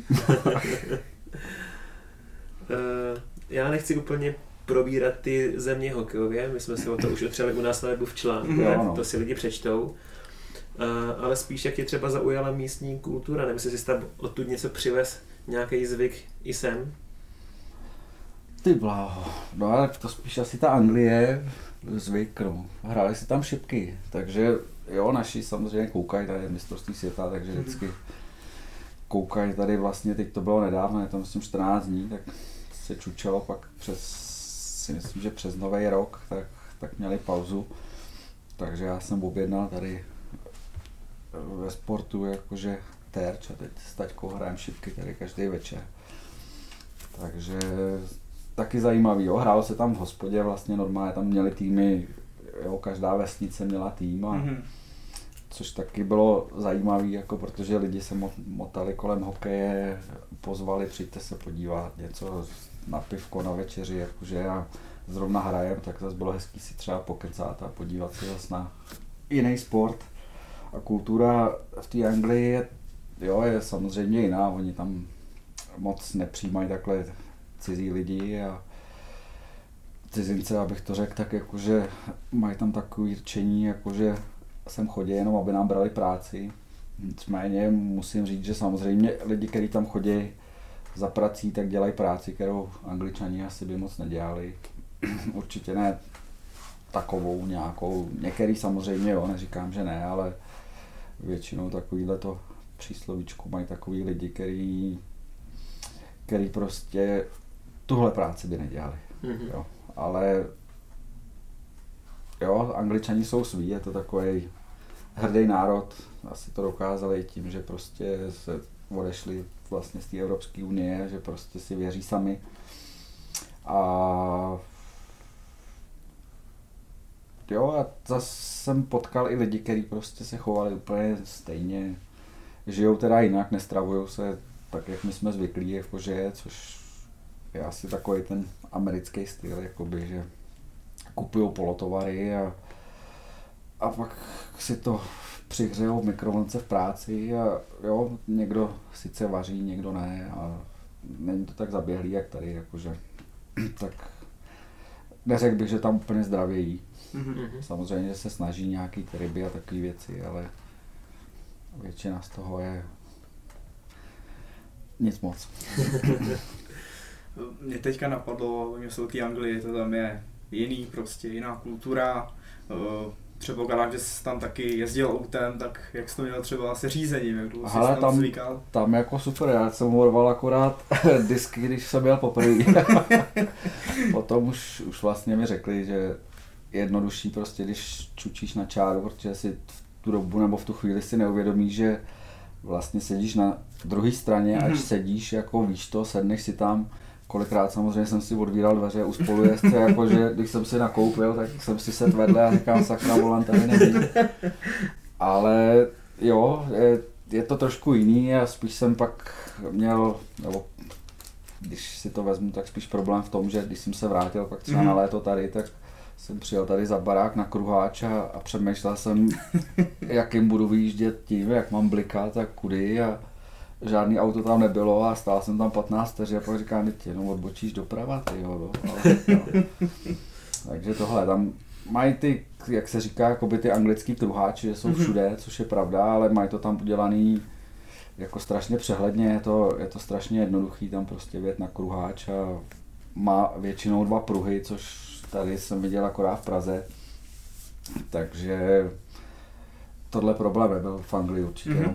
Já nechci úplně probírat ty země hokejově, my jsme si o to už otřeli u nás na webu v článku, no. To si lidi přečtou. Ale spíš jak je třeba zaujala místní kultura, nebo jestli jsi tam odtud něco přivez, nějaký zvyk i sem? Ty bláho, no ale to spíš asi ta Anglie zvyk, no. Hráli si tam šipky, takže jo, naši samozřejmě koukají, tady je mistrovství světa, takže vždycky koukají tady vlastně, teď to bylo nedávno, je to myslím 14 dní, tak se čučelo pak si myslím, že přes nový rok, tak měli pauzu, takže já jsem objednal tady ve sportu jakože terč a teď s taťkou hrajeme šipky tady každý večer. Takže taky zajímavý, jo, hrálo se tam v hospodě vlastně normálně, tam měli týmy, jo, každá vesnice měla tým a což taky bylo zajímavý, jako protože lidi se motali kolem hokeje, pozvali, přijďte se podívat, něco na pivko, na večeři, jakože a zrovna hrajem, tak zase bylo hezký si třeba pokecat a podívat se zase na jiný sport. A kultura v té Anglii je samozřejmě jiná, oni tam moc nepřijímají takhle cizí lidi a cizince, abych to řekl, tak jakože mají tam takový rčení, jakože sem chodí jenom, aby nám brali práci. Nicméně musím říct, že samozřejmě lidi, kteří tam chodí za prací, tak dělají práci, kterou Angličani asi by moc nedělali. Určitě ne takovou nějakou, některý samozřejmě jo, neříkám, že ne, ale většinou takovýhleto příslovíčku mají takový lidi, který prostě tuhle práci by nedělali. Jo. Ale jo, Angličani jsou sví, je to takový hrdý národ, asi to dokázali tím, že prostě se odešli vlastně z té Evropské unie, že prostě si věří sami. A jo, a zase jsem potkal i lidi, kteří prostě se chovali úplně stejně, žijou teda jinak, nestravují se tak, jak my jsme zvyklí, jakože, což je asi takový ten americký styl, jakoby, že kupují polotovary a pak si to přihřejou v mikrovlnce v práci a jo, někdo sice vaří, někdo ne a není to tak zaběhlý, jak tady, jakože, tak neřekl bych, že tam úplně zdravě jí. Samozřejmě, že se snaží nějaký ty ryby a takové věci, ale většina z toho je nic moc. Mě teďka napadlo, že jsou ty Anglii, to tam je jiný, prostě jiná kultura. Předpokládám, že jsi tam taky jezdil autem, tak jak jsi to měl třeba se řízením, jak dlouho jsi tam zvykal? Tam jako super, já jsem urval akorát disky, když jsem jel poprvé. Potom už vlastně mi řekli, že jednodušší prostě, když čučíš na čáru, protože si v tu dobu nebo v tu chvíli si neuvědomíš, že vlastně sedíš na druhé straně, až sedíš, jako víš to, sedneš si tam. Kolikrát samozřejmě jsem si odvíral dveře u spolujezdce, jakože když jsem si nakoupil, tak jsem si sedl vedle a říkám, sakra, volant tady není. Ale jo, je to trošku jiný a spíš jsem pak měl, nebo když si to vezmu, tak spíš problém v tom, že když jsem se vrátil pak třeba na léto tady, tak jsem přijel tady za barák na Kruháč a přemýšlel jsem, jakým budu vyjíždět tím, jak mám blikat a kudy a žádný auto tam nebylo a stál jsem tam 15 vteřin a pak říkám, teď jenom odbočíš doprava, tyjo, no. Takže tohle, tam mají ty, jak se říká, jakoby ty anglický kruháči, že jsou všude, což je pravda, ale mají to tam udělaný jako strašně přehledně, je to strašně jednoduchý tam prostě vjet na Kruháč a má většinou 2 pruhy, což tady jsem viděl akorát v Praze, takže tohle problém nebyl v Anglii určitě. No.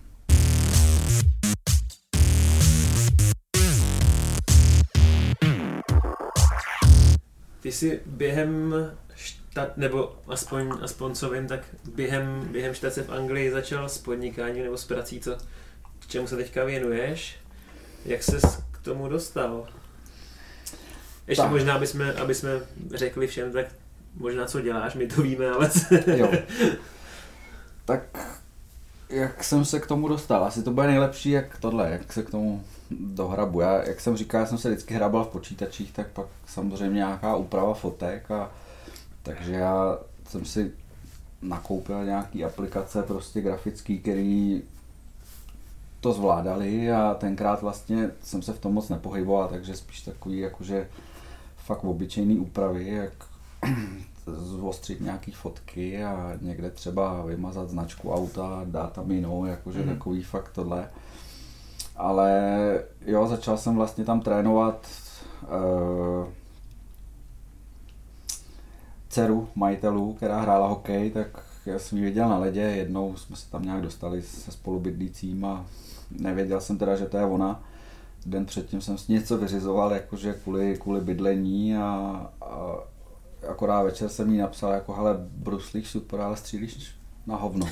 Ty jsi během nebo aspoň co vím, tak během štace v Anglii začal s podnikáním nebo s prací, k čemu se teďka věnuješ? Jak ses k tomu dostal? Ještě tak. Možná, aby jsme řekli všem, tak možná co děláš, my to víme, ale... Jo. Tak jak jsem se k tomu dostal? Asi to bude nejlepší, jak se k tomu dohrabu. Jak jsem říkal, jsem se vždycky hrabal v počítačích, tak pak samozřejmě nějaká úprava fotek takže já jsem si nakoupil nějaký aplikace prostě grafický, který to zvládali a tenkrát vlastně jsem se v tom moc nepohyboval, takže spíš takový jakože fakt obyčejný úpravy, jak zostřit nějaký fotky a někde třeba vymazat značku auta, dát tam jinou, jakože takový fakt tohle. Ale jo, začal jsem vlastně tam trénovat dceru majitelů, která hrála hokej, tak já jsem ji viděl na ledě, jednou jsme se tam nějak dostali se spolubydlícím a nevěděl jsem teda, že to je ona. Den předtím jsem si něco vyřizoval, jakože kvůli bydlení a akorát večer jsem jí napsal, jako hele, bruslíš super, ale střílíš na hovno.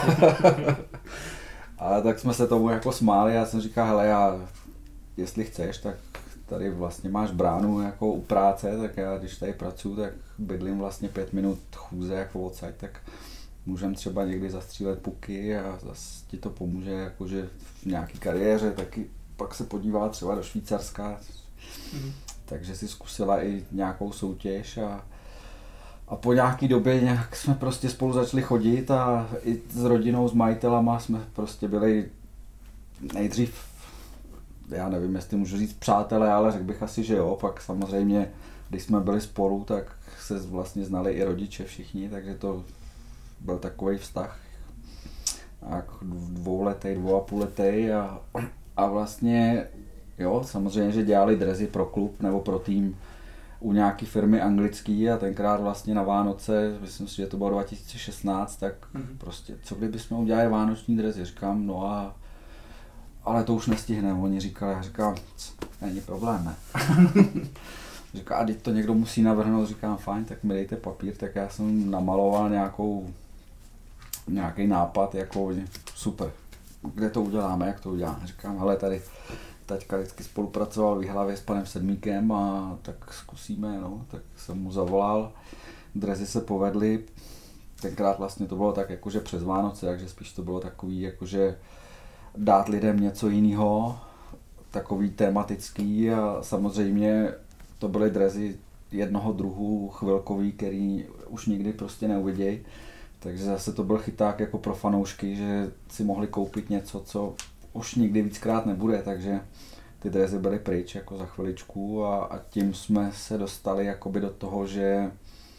Ale tak jsme se tomu jako smáli, já jsem říkal, hele, jestli chceš, tak tady vlastně máš bránu jako u práce, tak já když tady pracuji, tak bydlím vlastně 5 minut chůze jako odsaď, tak můžeme třeba někdy zastřílet puky a zase ti to pomůže jakože v nějaký kariéře, taky pak se podívá třeba do Švýcarska. takže si zkusila i nějakou soutěž a po nějaký době nějak jsme prostě spolu začali chodit a i s rodinou, s majitelama jsme prostě byli nejdřív, já nevím, jestli můžu říct přátelé, ale řekl bych asi, že jo, pak samozřejmě, když jsme byli spolu, tak se vlastně znali i rodiče všichni, takže to byl takový vztah dvouletý, 2,5letý a vlastně jo, samozřejmě, že dělali dresy pro klub nebo pro tým u nějaký firmy anglický a tenkrát vlastně na Vánoce, myslím si, že to bylo 2016, tak prostě co kdybychom udělali vánoční dresy, říkám, no ale to už nestihneme, oni říkali, já říkám, není problém, ne. Říká, a teď to někdo musí navrhnout, říkám, fajn, tak mi dejte papír, tak já jsem namaloval nějaký nápad, jako super, kde to uděláme, jak to uděláme. Říkám, hele, tady taťka vždycky spolupracoval v Jihlavě s panem Sedmíkem a tak zkusíme, no, tak jsem mu zavolal, dresy se povedly, tenkrát vlastně to bylo tak jakože přes Vánoce, takže spíš to bylo takový jakože dát lidem něco jiného, takový tematický a samozřejmě to byly dresy jednoho druhu chvilkový, který už nikdy prostě neuvidějí. Takže zase to byl chyták jako pro fanoušky, že si mohli koupit něco, co už nikdy víckrát nebude, takže ty dresy byly pryč jako za chviličku a tím jsme se dostali jakoby do toho, že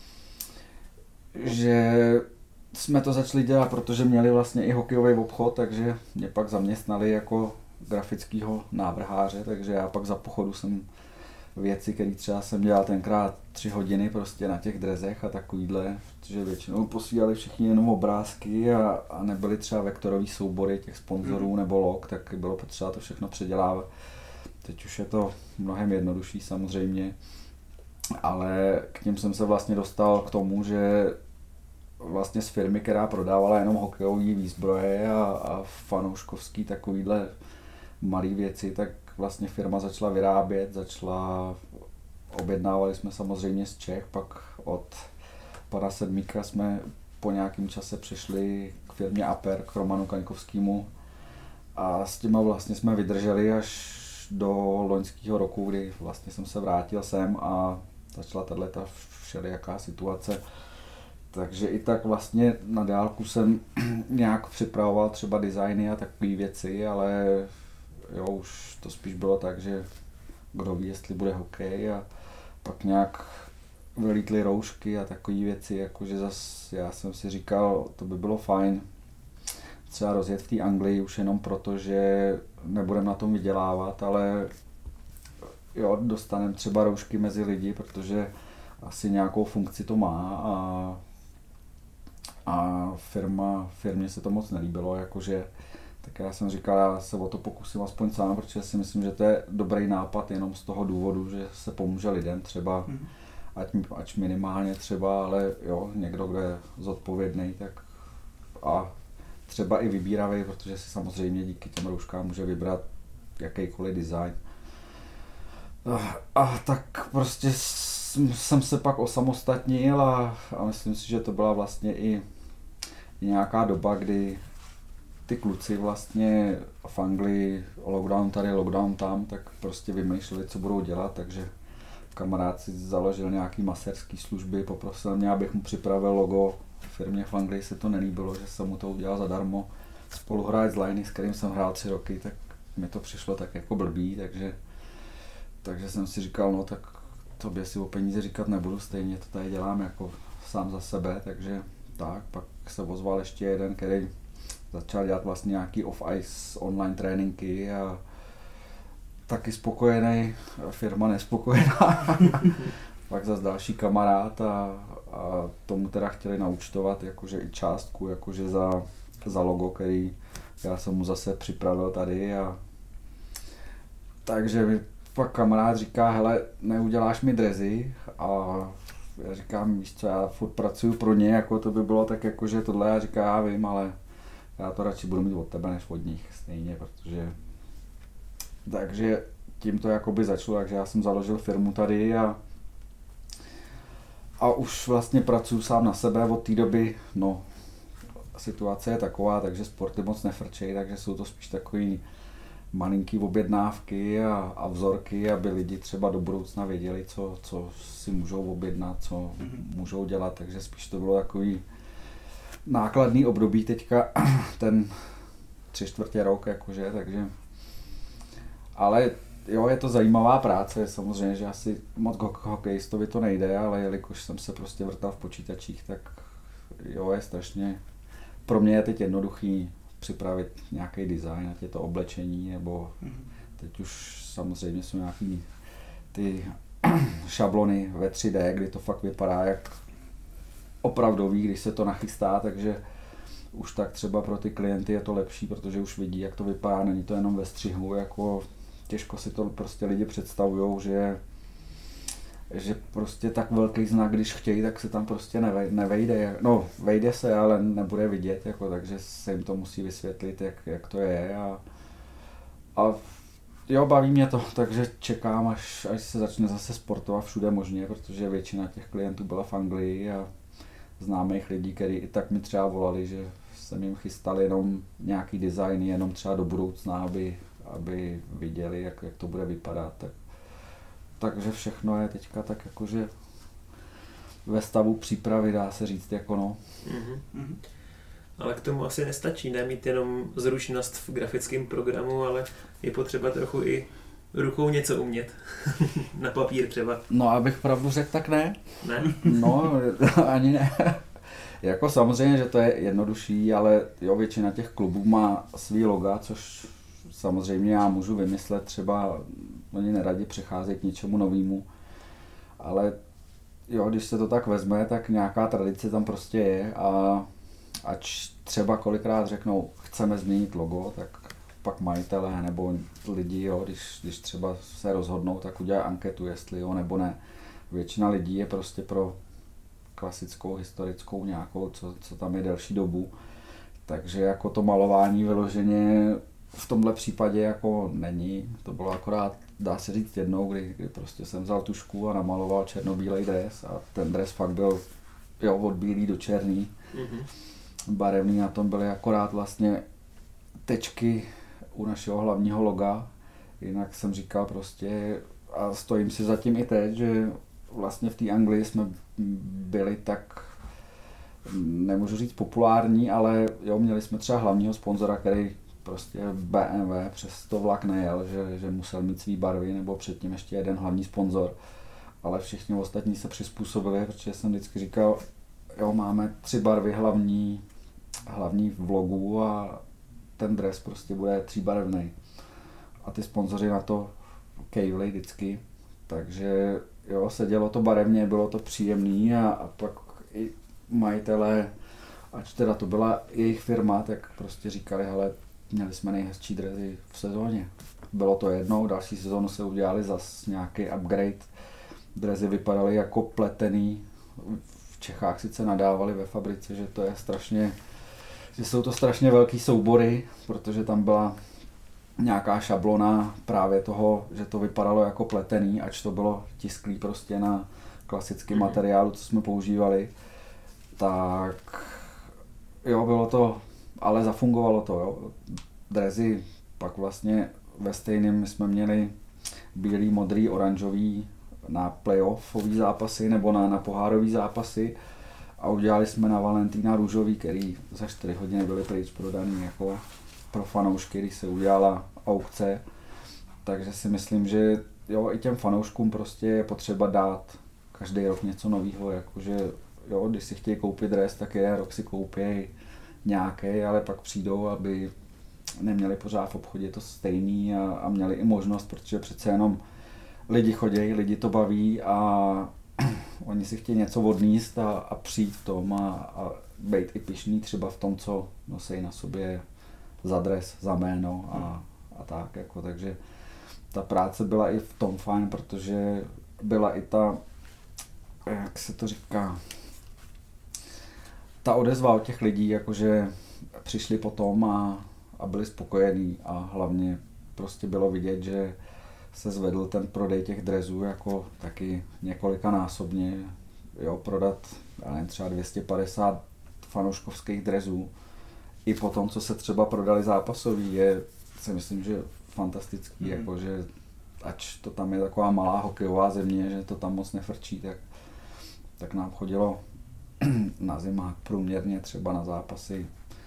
jsme to začali dělat, protože měli vlastně i hokejový obchod, takže mě pak zaměstnali jako grafického návrháře, takže já pak za pochodu jsem věci, které třeba jsem dělal tenkrát 3 hodiny prostě na těch drezech a takovýhle, protože většinou posílali všichni jenom obrázky a nebyly třeba vektorový soubory těch sponzorů nebo log, tak bylo potřeba to všechno předělávat. Teď už je to mnohem jednodušší samozřejmě, ale k tím jsem se vlastně dostal k tomu, že vlastně z firmy, která prodávala jenom hokejové výzbroje a fanouškovský takovýhle malý věci, tak vlastně firma začala vyrábět, objednávali jsme samozřejmě z Čech, pak od pana Sedmíka jsme po nějakém čase přešli k firmě Aper, k Romanu Kaňkovskému a s těma vlastně jsme vydrželi až do loňského roku, kdy vlastně jsem se vrátil sem a začala tato všelijaká situace. Takže i tak vlastně na dálku jsem nějak připravoval třeba designy a takové věci, ale jo, už to spíš bylo tak, že kdo ví, jestli bude hokej a pak nějak vylítly roušky a takové věci, jakože zas já jsem si říkal, to by bylo fajn třeba rozjet v té Anglii už jenom proto, že nebudeme na tom vydělávat, ale jo, dostaneme třeba roušky mezi lidi, protože asi nějakou funkci to má a firmě se to moc nelíbilo, jakože tak já jsem říkal, já se o to pokusím aspoň sám, protože si myslím, že to je dobrý nápad jenom z toho důvodu, že se pomůže lidem třeba, ať minimálně třeba, ale jo, někdo, kdo je zodpovědný, tak a třeba i vybíravý, protože si samozřejmě díky těm rouškám může vybrat jakýkoliv design. A tak prostě jsem se pak osamostatnil a myslím si, že to byla vlastně i nějaká doba, kdy ty kluci vlastně v Anglii lockdown tady, lockdown tam, tak prostě vymýšleli, co budou dělat, takže kamarád si založil nějaký masérský služby, poprosil mě, abych mu připravil logo. Firmě v Anglii se to nelíbilo, že jsem mu to udělal zadarmo. Spoluhráč z Liney, s kterým jsem hrál 3 roky, tak mi to přišlo tak jako blbý, takže jsem si říkal, no tak tobě si o peníze říkat nebudu, stejně to tady dělám jako sám za sebe, takže tak, pak se ozval ještě jeden, který začal dělat vlastně nějaký off-ice online tréninky a taky spokojený, firma nespokojená. Pak zase další kamarád a tomu teda chtěli naúčtovat jakože i částku jakože za logo, který já jsem mu zase připravil tady a takže mi pak kamarád říká, hele, neuděláš mi dresy a já říkám, víš co, já furt pracuju pro ně, jako to by bylo tak jakože tohle, já říkám, já vím, ale já to radši budu mít od tebe než od nich stejně, protože takže tím to jakoby začalo, takže já jsem založil firmu tady a už vlastně pracuji sám na sebe od té doby, no situace je taková, takže sporty moc nefrčejí, takže jsou to spíš takový malinký objednávky a vzorky, aby lidi třeba do budoucna věděli, co si můžou objednat, co můžou dělat, takže spíš to bylo takový nákladný období teďka, ten 3/4 rok, jakože, takže, ale jo, je to zajímavá práce, samozřejmě, že asi moc hokejistovi to nejde, ale jelikož jsem se prostě vrtal v počítačích, tak jo, je strašně, pro mě je teď jednoduchý připravit nějaký design, ať je to oblečení, nebo teď už samozřejmě jsou nějaký ty šablony ve 3D, kdy to fakt vypadá jak opravdový, když se to nachystá, takže už tak třeba pro ty klienty je to lepší, protože už vidí, jak to vypadá, není to jenom ve střihu, jako těžko si to prostě lidi představujou, že prostě tak velký znak, když chtějí, tak se tam prostě nevejde, no vejde se, ale nebude vidět, jako, takže se jim to musí vysvětlit, jak to je a jo, baví mě to, takže čekám, až se začne zase sportovat všude možně, protože většina těch klientů byla v Anglii a známých lidí, kteří i tak mi třeba volali, že jsem jim chystal jenom nějaký design, jenom třeba do budoucna, aby viděli, jak to bude vypadat. Takže všechno je teďka tak jakože ve stavu přípravy, dá se říct, jako no. Mm-hmm. Ale k tomu asi nestačí nemít jenom zručnost v grafickém programu, ale je potřeba trochu i rukou něco umět. Na papír třeba. No, abych pravdu řekl, tak ne. Ne? No, ani ne. Jako samozřejmě, že to je jednodušší, ale jo, většina těch klubů má svý loga, což samozřejmě já můžu vymyslet, třeba oni neradi přecházejí k něčemu novému, ale jo, když se to tak vezme, tak nějaká tradice tam prostě je a ač třeba kolikrát řeknou, chceme změnit logo, tak pak majitelé nebo lidi, jo, když třeba se rozhodnou, tak udělají anketu, jestli jo nebo ne. Většina lidí je prostě pro klasickou, historickou nějakou, co tam je delší dobu. Takže jako to malování vyloženě v tomhle případě jako není. To bylo akorát, dá se říct jednou, kdy prostě jsem vzal tušku a namaloval černobílej dres a ten dres fakt byl jo, od bílý do černý. Mm-hmm. Barevný, na tom byly akorát vlastně tečky u našeho hlavního loga. Jinak jsem říkal prostě, a stojím si zatím i teď, že vlastně v té Anglii jsme byli tak, nemůžu říct populární, ale jo, měli jsme třeba hlavního sponzora, který prostě BMW přes to vlak nejel, že musel mít svý barvy, nebo předtím ještě jeden hlavní sponzor. Ale všichni ostatní se přizpůsobili, protože jsem vždycky říkal, jo, máme 3 barvy hlavní v logu a ten dres prostě bude 3barevný. A ty sponzoři na to kejvli vždycky, takže jo, sedělo to barevně, bylo to příjemný a pak i majitelé, ať teda to byla jejich firma, tak prostě říkali, hele, měli jsme nejhezčí dresy v sezóně. Bylo to jednou, další sezónu se udělali zase nějaký upgrade. Dresy vypadaly jako pletený. V Čechách sice nadávali ve fabrice, že to je strašně, že jsou to strašně velký soubory, protože tam byla nějaká šablona právě toho, že to vypadalo jako pletený, ač to bylo tisklý prostě na klasickém materiálu, co jsme používali. Tak jo, bylo to, ale zafungovalo to, jo. Dresy pak vlastně ve stejném jsme měli bílý, modrý, oranžový na playoffový zápasy nebo na pohárový zápasy a udělali jsme na Valentína růžový, který za 4 hodiny byly pryč prodaný jako pro fanoušky, když se udělala aukce. Takže si myslím, že jo, i těm fanouškům prostě je potřeba dát každý rok něco nového, jakože jo, když si chtějí koupit dres, tak jeden rok si koupí nějaký, ale pak přijdou, aby neměli pořád v obchodě to stejný a měli i možnost, protože přece jenom lidi chodí, lidi to baví a oni si chtějí něco odníst a přijít v tom a být i pyšný třeba v tom, co nosí na sobě za dres, za jméno a tak, jako, takže ta práce byla i v tom fajn, protože byla i ta, jak se to říká, ta odezva od těch lidí, jakože přišli potom a byli spokojení a hlavně prostě bylo vidět, že se zvedl ten prodej těch dresů jako taky několikanásobně, jo, prodat, já nevím, třeba 250 fanouškovských dresů. I po tom, co se třeba prodali zápasový, si myslím, že fantastický, jakože ač to tam je taková malá hokejová země, že to tam moc nefrčí, tak nám chodilo na zimách průměrně třeba na zápasy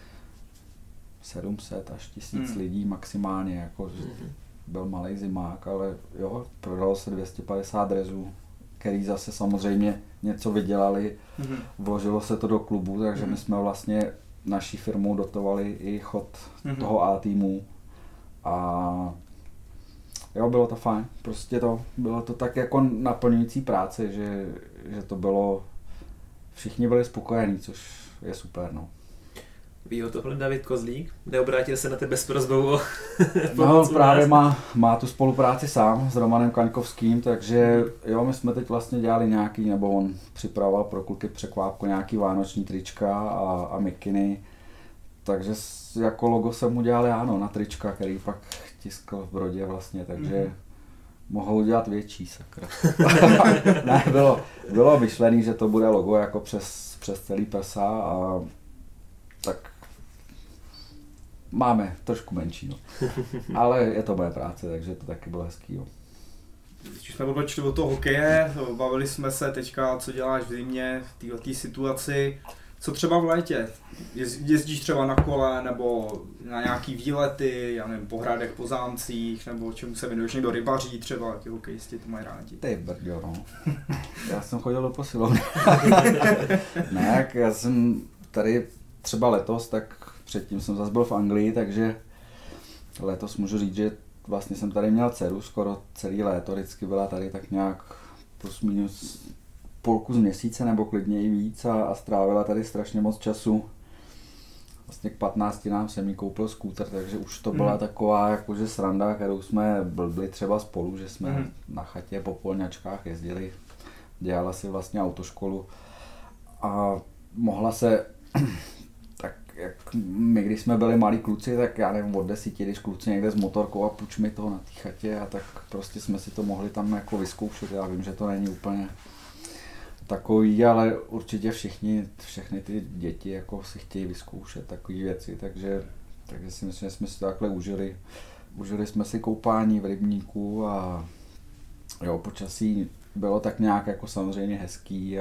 700 až 1000 lidí maximálně, jako byl malej zimák, ale jo, prodalo se 250 drezů, který zase samozřejmě něco vydělali, vložilo se to do klubu, takže my jsme vlastně naší firmou dotovali i chod toho A týmu a jo, bylo to fajn, prostě bylo to tak jako naplňující práce, že to bylo, všichni byli spokojení, což je super, no. Ví o tohle David Kozlík? Neobrátil se na tebe s prosbou o pomoc? No, právě má tu spolupráci sám s Romanem Kaňkovským, takže jo, my jsme teď vlastně dělali nějaký, nebo on připravoval pro kluky překvápku nějaký vánoční trička a mikiny, takže jako logo jsem udělal já, no, na trička, který pak tiskl v Brodě vlastně, takže mohou dělat větší, sakra. Ne, bylo myšlený, že to bude logo jako přes celý prsa a tak máme trošku menší, no. Ale je to moje práce, takže to taky bylo hezký, jo. Když jsme odbočili od toho hokeje, bavili jsme se teďka, co děláš v zimě, v této situaci. Co třeba v létě? Jezdíš třeba na kole nebo na nějaký výlety, já nevím, po hradech, po zámcích, nebo čemu se věnuješ, někdo rybaří třeba, ti hokejisti to mají rádi. Ty brďo, no. Já jsem chodil do posilovny. Ne, já jsem tady třeba letos, tak předtím jsem zase byl v Anglii, takže letos můžu říct, že vlastně jsem tady měl dceru skoro celý léto, vždycky byla tady tak nějak plus minus půlku z měsíce nebo klidně i víc a strávila tady strašně moc času. Vlastně k 15 nám jsem jí koupil skútr, takže už to byla taková jakože sranda, kterou jsme byli třeba spolu, že jsme na chatě po polňačkách jezdili, dělala si vlastně autoškolu a mohla se, tak jak my když jsme byli malí kluci, tak já nevím od 10, když kluci někde s motorkou a půjč mi to na té chatě a tak prostě jsme si to mohli tam jako vyzkoušet, já vím, že to není úplně takový, ale určitě všechny ty děti jako si chtějí vyzkoušet takové věci, takže si myslím, že jsme si to takhle užili. Užili jsme si koupání v rybníku a jo, počasí bylo tak nějak jako samozřejmě hezký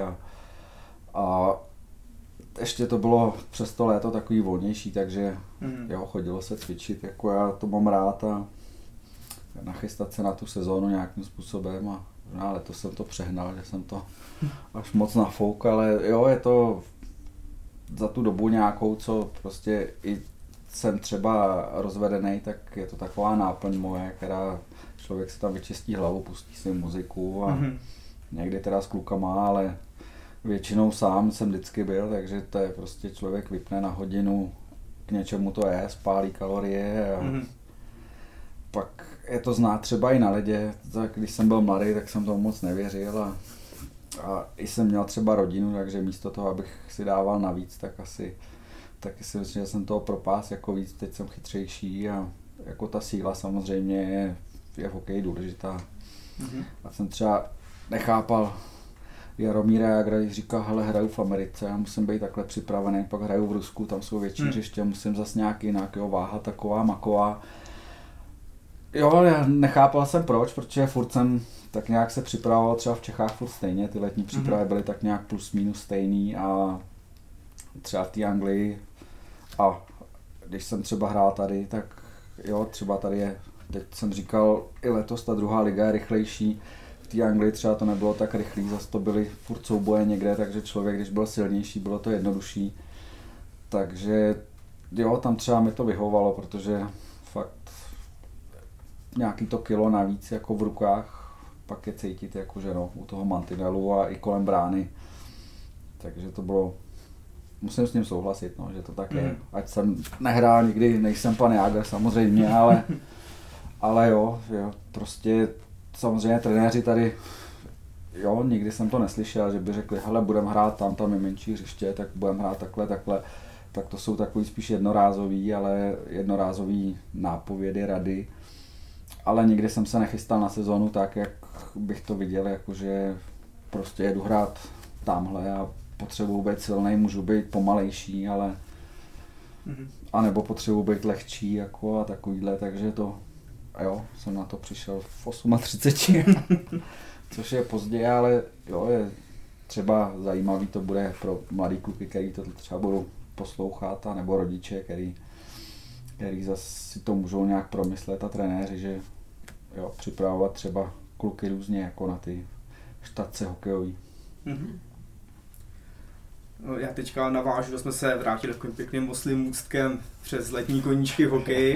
a ještě to bylo přes to léto takový volnější, takže jo, chodilo se cvičit, jako já to mám rád a nachystat se na tu sezónu nějakým způsobem a letos jsem to přehnal, že jsem to až moc nafouk, ale jo, je to za tu dobu nějakou, co prostě i jsem třeba rozvedený, tak je to taková náplň moje, která člověk si tam vyčistí hlavu, pustí si muziku a někdy teda s klukama, ale většinou sám jsem vždycky byl, takže to je prostě člověk vypne na hodinu, k něčemu to je, spálí kalorie a pak je to znát třeba i na ledě, když jsem byl mladý, tak jsem tomu moc nevěřil a i jsem měl třeba rodinu, takže místo toho, abych si dával navíc, tak taky si myslím, že jsem toho propás jako víc, teď jsem chytřejší a jako ta síla samozřejmě je v hokeji důležitá. A jsem třeba nechápal Jaromíra Jágra, když říkal, hele, hraju v Americe, já musím být takhle připravený, pak hraju v Rusku, tam jsou větší hřiště, musím zase nějaký jinak, jo, váha taková, maková. Jo, ale já nechápal jsem proč, protože furt jsem tak nějak se připravoval třeba v Čechách furt stejně, ty letní přípravy byly tak nějak plus minus stejný a třeba v té Anglii a když jsem třeba hrál tady, tak jo, třeba tady je, teď jsem říkal, i letos ta druhá liga je rychlejší, v té Anglii třeba to nebylo tak rychlý, zase to byly furt souboje někde, takže člověk, když byl silnější, bylo to jednodušší, takže jo, tam třeba mi to vyhovovalo, protože fakt nějaký to kilo navíc jako v rukách, pak je cítit jakože no, u toho mantinelu a i kolem brány. Takže to bylo, musím s ním souhlasit, no, že to tak je. Ať jsem nehrál nikdy, nejsem pan Jágr samozřejmě, ale jo, prostě samozřejmě trenéři tady, jo, nikdy jsem to neslyšel, že by řekli, hele, budeme hrát tam je menší hřiště, tak budeme hrát takhle, tak to jsou takový spíš jednorázový nápovědy, rady. Ale nikdy jsem se nechystal na sezónu tak, jak bych to viděl, jakože prostě jedu hrát tamhle a potřebuji být silnej, můžu být pomalejší, ale a nebo potřebuji být lehčí jako a takovýhle, takže jo, jsem na to přišel v 38, což je pozdě, ale jo, je třeba zajímavý to bude pro mladý kluky, který to třeba budou poslouchat, nebo rodiče, který zase si to můžou nějak promyslet a trenéři, že jo, připravovat třeba kluky různě jako na ty štatce hokejový. Mm-hmm. Já teďka navážu, že jsme se vrátili takovým pěkným oslým můstkem přes letní koníčky v hokeji.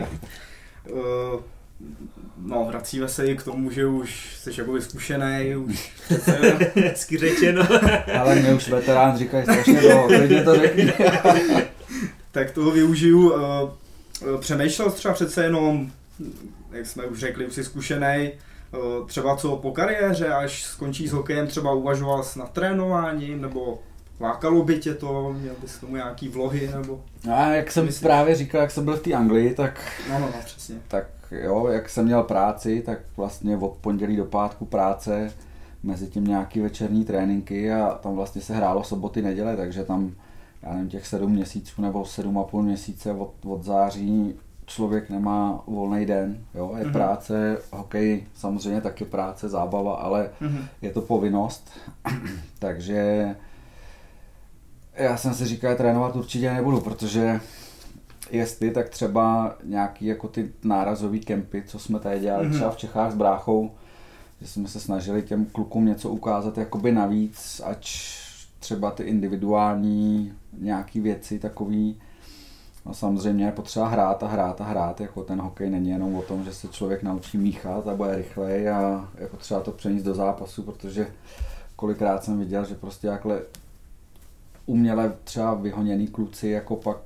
No, vracíme se i k tomu, že už jsi jako zkušenej, už přece... Hezky řečeno. Ale mě už veterán říkají strašně dlouho, klidně to řekni. Tak toho využiju. Přemýšlel třeba přece jenom, jak jsme už řekli, už jsi zkušenej, třeba co po kariéře, až skončí s hokejem, třeba uvažoval jsi nad trénováním, nebo lákalo by tě to, měl bys k tomu nějaký vlohy, nebo... A jak jsem právě říkal, jak jsem byl v té Anglii, tak... No, přesně. Tak jo, jak jsem měl práci, tak vlastně od pondělí do pátku práce, mezi tím nějaký večerní tréninky a tam vlastně se hrálo soboty, neděle, takže tam, já nevím, těch 7 měsíců nebo 7,5 měsíce od září člověk nemá volný den, jo, je práce, hokej samozřejmě taky práce, zábava, ale je to povinnost, takže já jsem si říkal, že trénovat určitě nebudu, protože jestli tak třeba nějaký jako ty nárazový kempy, co jsme tady dělali třeba v Čechách s bráchou, že jsme se snažili těm klukům něco ukázat jakoby navíc, ať třeba ty individuální nějaký věci takový. No samozřejmě je potřeba hrát, jako ten hokej není jenom o tom, že se člověk naučí míchat a bude rychlej a je potřeba to přenést do zápasu, protože kolikrát jsem viděl, že prostě jakhle uměle třeba vyhoněný kluci jako pak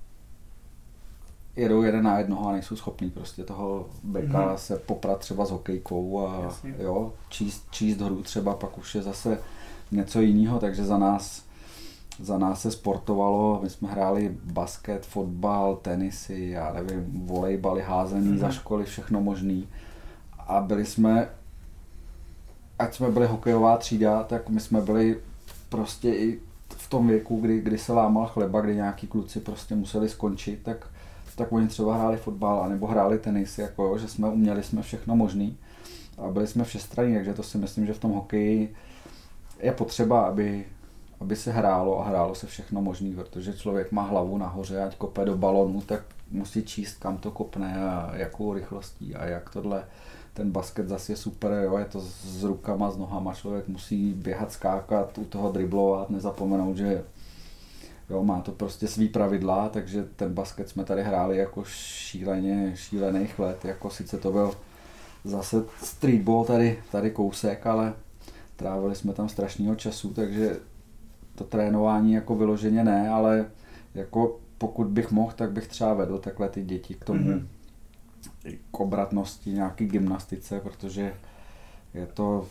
jedou jeden na jednoho a nejsou schopní prostě toho beka se poprat třeba s hokejkou a jo, číst hru třeba pak už je zase něco jiného, takže za nás se sportovalo, my jsme hráli basket, fotbal, tenisy, já nevím, volejbaly, házení za školy, všechno možný a byli jsme, ať jsme byli hokejová třída, tak my jsme byli prostě i v tom věku, kdy se lámal chleba, kdy nějaký kluci prostě museli skončit, tak oni třeba hráli fotbal anebo hráli tenis, jako jo, že uměli jsme všechno možný a byli jsme všestranní, takže to si myslím, že v tom hokeji je potřeba, aby se hrálo a hrálo se všechno možný, protože člověk má hlavu nahoře, ať kope do balonu, tak musí číst, kam to kopne a jakou rychlostí a jak tohle. Ten basket zase je super, jo, je to s rukama, s nohama, člověk musí běhat, skákat, u toho driblovat, nezapomenout, že jo, má to prostě svý pravidla, takže ten basket jsme tady hráli jako šílených let, jako sice to byl zase streetball tady kousek, ale trávili jsme tam strašného času, takže to trénování jako vyloženě ne, ale jako pokud bych mohl, tak bych třeba vedl takhle ty děti k tomu, k obratnosti, nějaký gymnastice, protože je to,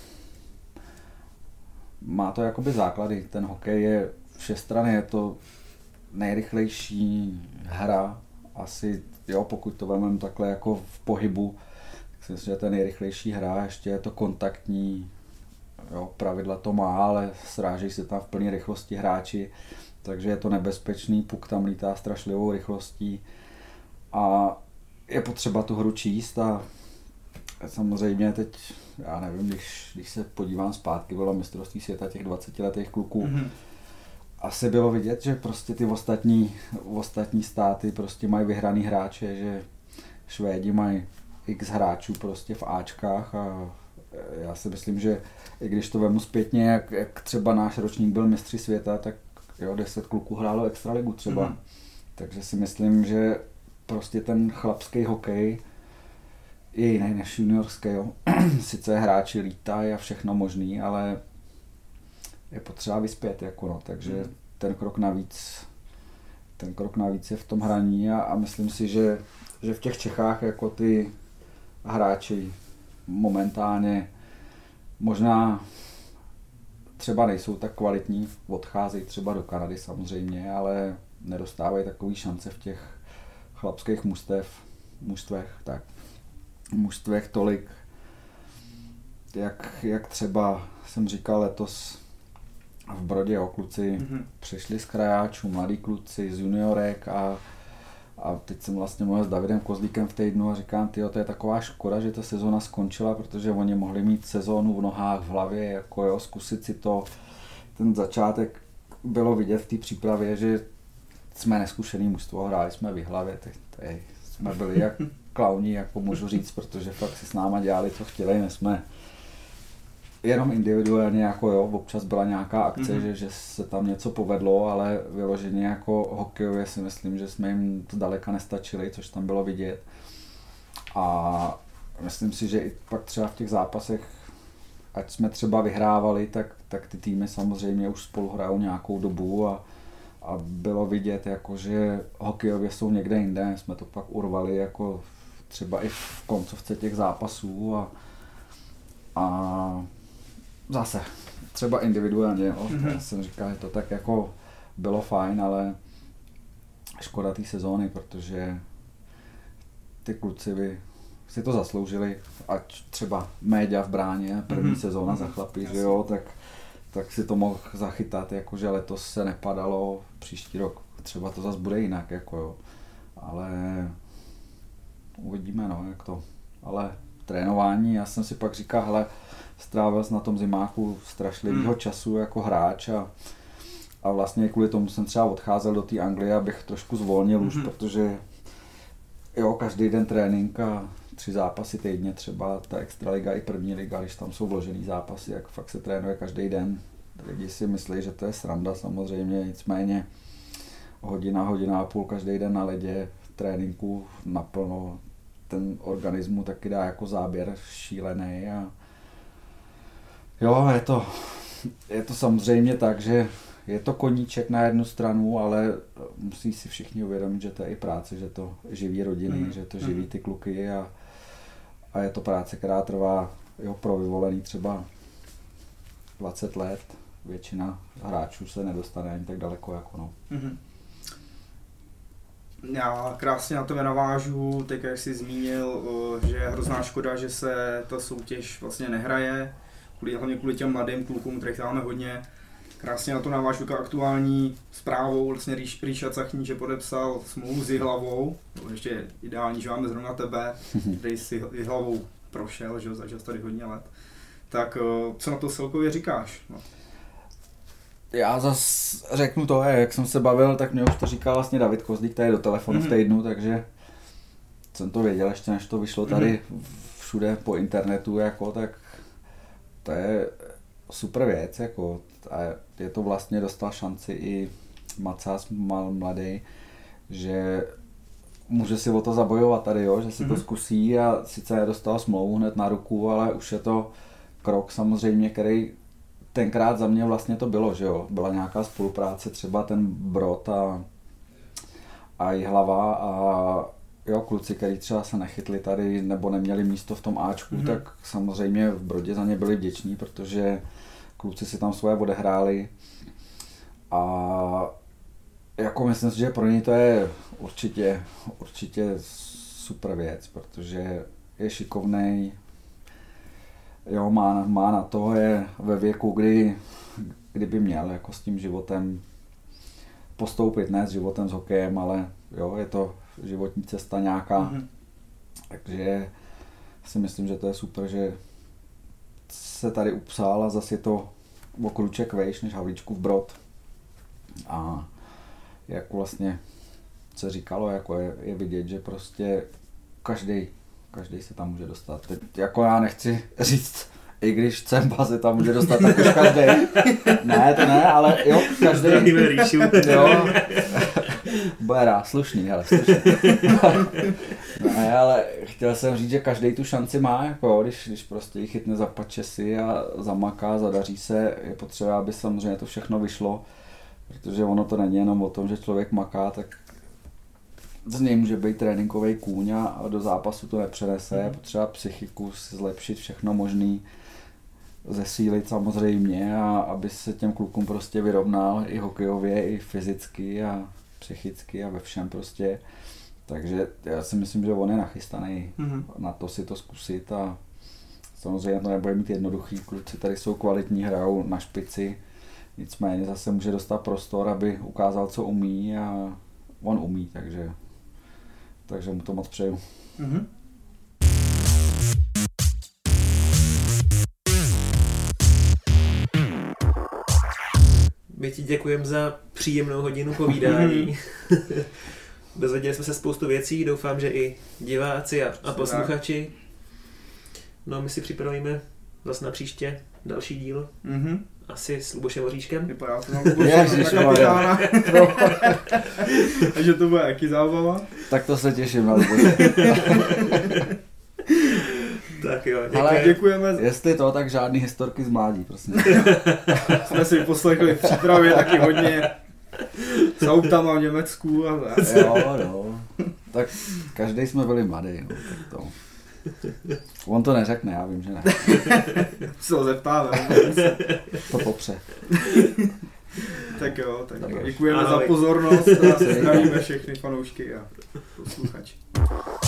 má to jakoby základy, ten hokej je všestranný, je to nejrychlejší hra, asi jo, pokud to vezmeme takhle jako v pohybu, tak si myslím, že je to nejrychlejší hra, ještě je to kontaktní, jo, pravidla to má, ale srážejí se tam v plné rychlosti hráči, takže je to nebezpečný, puk tam lítá strašlivou rychlostí a je potřeba tu hru číst a samozřejmě teď, já nevím, když se podívám zpátky, bylo mistrovství světa těch 20letých kluků, asi bylo vidět, že prostě ty ostatní státy prostě mají vyhraný hráče, že Švédi mají x hráčů prostě v Ačkách a já si myslím, že i když to vemu zpětně, jak třeba náš ročník byl mistři světa, tak jo, 10 kluků hrálo extraligu třeba. Takže si myslím, že prostě ten chlapský hokej je jiný než juniorský. Jo. Sice hráči lítají a všechno možný, ale je potřeba vyspět, jako no, takže ten krok navíc je v tom hraní a myslím si, že v těch Čechách jako ty hráči momentálně možná třeba nejsou tak kvalitní, odcházejí třeba do Kanady samozřejmě, ale nedostávají takový šance v těch chlapských mužstvech tolik, jak třeba jsem říkal letos v Brodě, kluci přišli z krajáčů, mladí kluci z juniorek a A teď jsem vlastně mluvil s Davidem Kozlíkem v týdnu a říkám, tyjo, to je taková škoda, že ta sezona skončila, protože oni mohli mít sezónu v nohách, v hlavě, jako jo, zkusit si to. Ten začátek bylo vidět v té přípravě, že jsme neskušený mužstvo, hráli jsme v hlavě, jsme byli jak klauni, jako můžu říct, protože fakt si s náma dělali, co chtěli, my jsme jenom individuálně, jako jo, občas byla nějaká akce, že se tam něco povedlo, ale vyloženě jako hokejově si myslím, že jsme jim zdaleka nestačili, což tam bylo vidět. A myslím si, že i pak třeba v těch zápasech, ať jsme třeba vyhrávali, tak ty týmy samozřejmě už spolu hrajou nějakou dobu a bylo vidět, jako, že hokejově jsou někde jinde, jsme to pak urvali jako třeba i v koncovce těch zápasů a zase třeba individuálně, jo. Já jsem říkal, že to tak jako bylo fajn, ale škoda té sezóny, protože ty kluci by si to zasloužili, ať třeba média v bráně, první sezóna za chlapy, že jo, tak si to mohl zachytat, jakože letos se nepadalo, příští rok třeba to zase bude jinak, jako jo, ale uvidíme, no, jak to, ale trénování, já jsem si pak říkal, hele, strávil jsem na tom zimáku strašlivýho času jako hráč a vlastně kvůli tomu jsem třeba odcházel do té Anglie, abych trošku zvolnil už, protože jo, každý den trénink a 3 zápasy týdně, třeba ta extraliga i první liga, když tam jsou vložený zápasy, jak fakt se trénuje každý den. Lidi si myslí, že to je sranda samozřejmě, nicméně hodina a půl každý den na ledě v tréninku naplno, ten organismu taky dá jako záběr šílený a jo, je to samozřejmě tak, že je to koníček na jednu stranu, ale musí si všichni uvědomit, že to je i práce, že to živí rodiny, že to živí ty kluky a je to práce, která trvá pro vyvolený třeba 20 let. Většina hráčů se nedostane ani tak daleko jako no. Já krásně na to navážu, teď jak jsi zmínil, že je hrozná škoda, že se ta soutěž vlastně nehraje, hlavně kvůli těm mladým klukům, kterých máme hodně. Krásně na to navážu k aktuální zprávou, vlastně Ríša Cachníže podepsal smlouvu s Jihlavou, ještě ideální, že máme zrovna tebe, který si Jihlavou prošel, že zažil tady hodně let. Tak co na to celkově říkáš? No. Já zase řeknu to, jak jsem se bavil, tak mě už to říkal vlastně David Kozlík tady do telefonu v týdnu, takže jsem to věděl, ještě než to vyšlo tady všude po internetu, jako, tak to je super věc, jako, a je to vlastně dostal šanci i Macás mladý, že může si o to zabojovat tady, jo, že si to zkusí a sice nedostal smlouvu hned na ruku, ale už je to krok samozřejmě, který tenkrát za mě vlastně to bylo, že jo, byla nějaká spolupráce, třeba ten Brod a Jihlava a jo, kluci, kteří třeba se nechytli tady nebo neměli místo v tom Ačku, tak samozřejmě v Brodě za ně byli vděční, protože kluci si tam svoje odehráli a jako myslím si, že pro něj to je určitě super věc, protože je šikovnej, jo, má na to, je ve věku, kdy by měl jako s tím životem postoupit, ne s životem s hokejem, ale jo, je to životní cesta nějaká, takže si myslím, že to je super, že se tady upsal a zase je to o kruček vejš než Havlíčkův Brod a jak vlastně se říkalo, jako je vidět, že prostě každý se tam může dostat. Teď, jako já nechci říct, i když Cemba se tam může dostat, tak už každý. Ne, to ne, ale jo, každý. Jo, bude rád, slušný, hele, slušný. Ne, ale chtěl jsem říct, že každý tu šanci má, jako, když prostě ji chytne za pačesy a zamaká, zadaří se, je potřeba, aby samozřejmě to všechno vyšlo, protože ono to není jenom o tom, že člověk maká, tak z něj může být tréninkový kůň a do zápasu to nepřenese, je potřeba psychiku si zlepšit, všechno možný, zesílit samozřejmě a aby se těm klukům prostě vyrovnal i hokejově, i fyzicky a psychicky a ve všem prostě. Takže já si myslím, že on je nachystaný na to si to zkusit a samozřejmě to nebude mít jednoduchý, kluci tady jsou kvalitní, hrajou na špici, nicméně zase může dostat prostor, aby ukázal, co umí a on umí, takže takže mu to moc přeju. Mm-hmm. My ti děkujeme za příjemnou hodinu povídání. Dozvěděli jsme se spoustu věcí, doufám, že i diváci a posluchači. No a my si připravíme zase na příště další díl. Mm-hmm. Asi s Lubošem Hoříškem. Vypadá to na kapitána. Takže to bude jaký zábava. Tak to se těším na Luboše. Tak jo, ale děkujeme. Jestli to, tak žádný historky z mládí, prosím. Jsme si poslechli v přípravě taky hodně s autama v Německu a Jo. Tak každý jsme byli mladý, no, tak to. On to neřekne, já vím, že ne. Se ho zeptáme. To popře. Tak jo, tak děkujeme za pozornost a zdravíme všechny fanoušky a posluchači.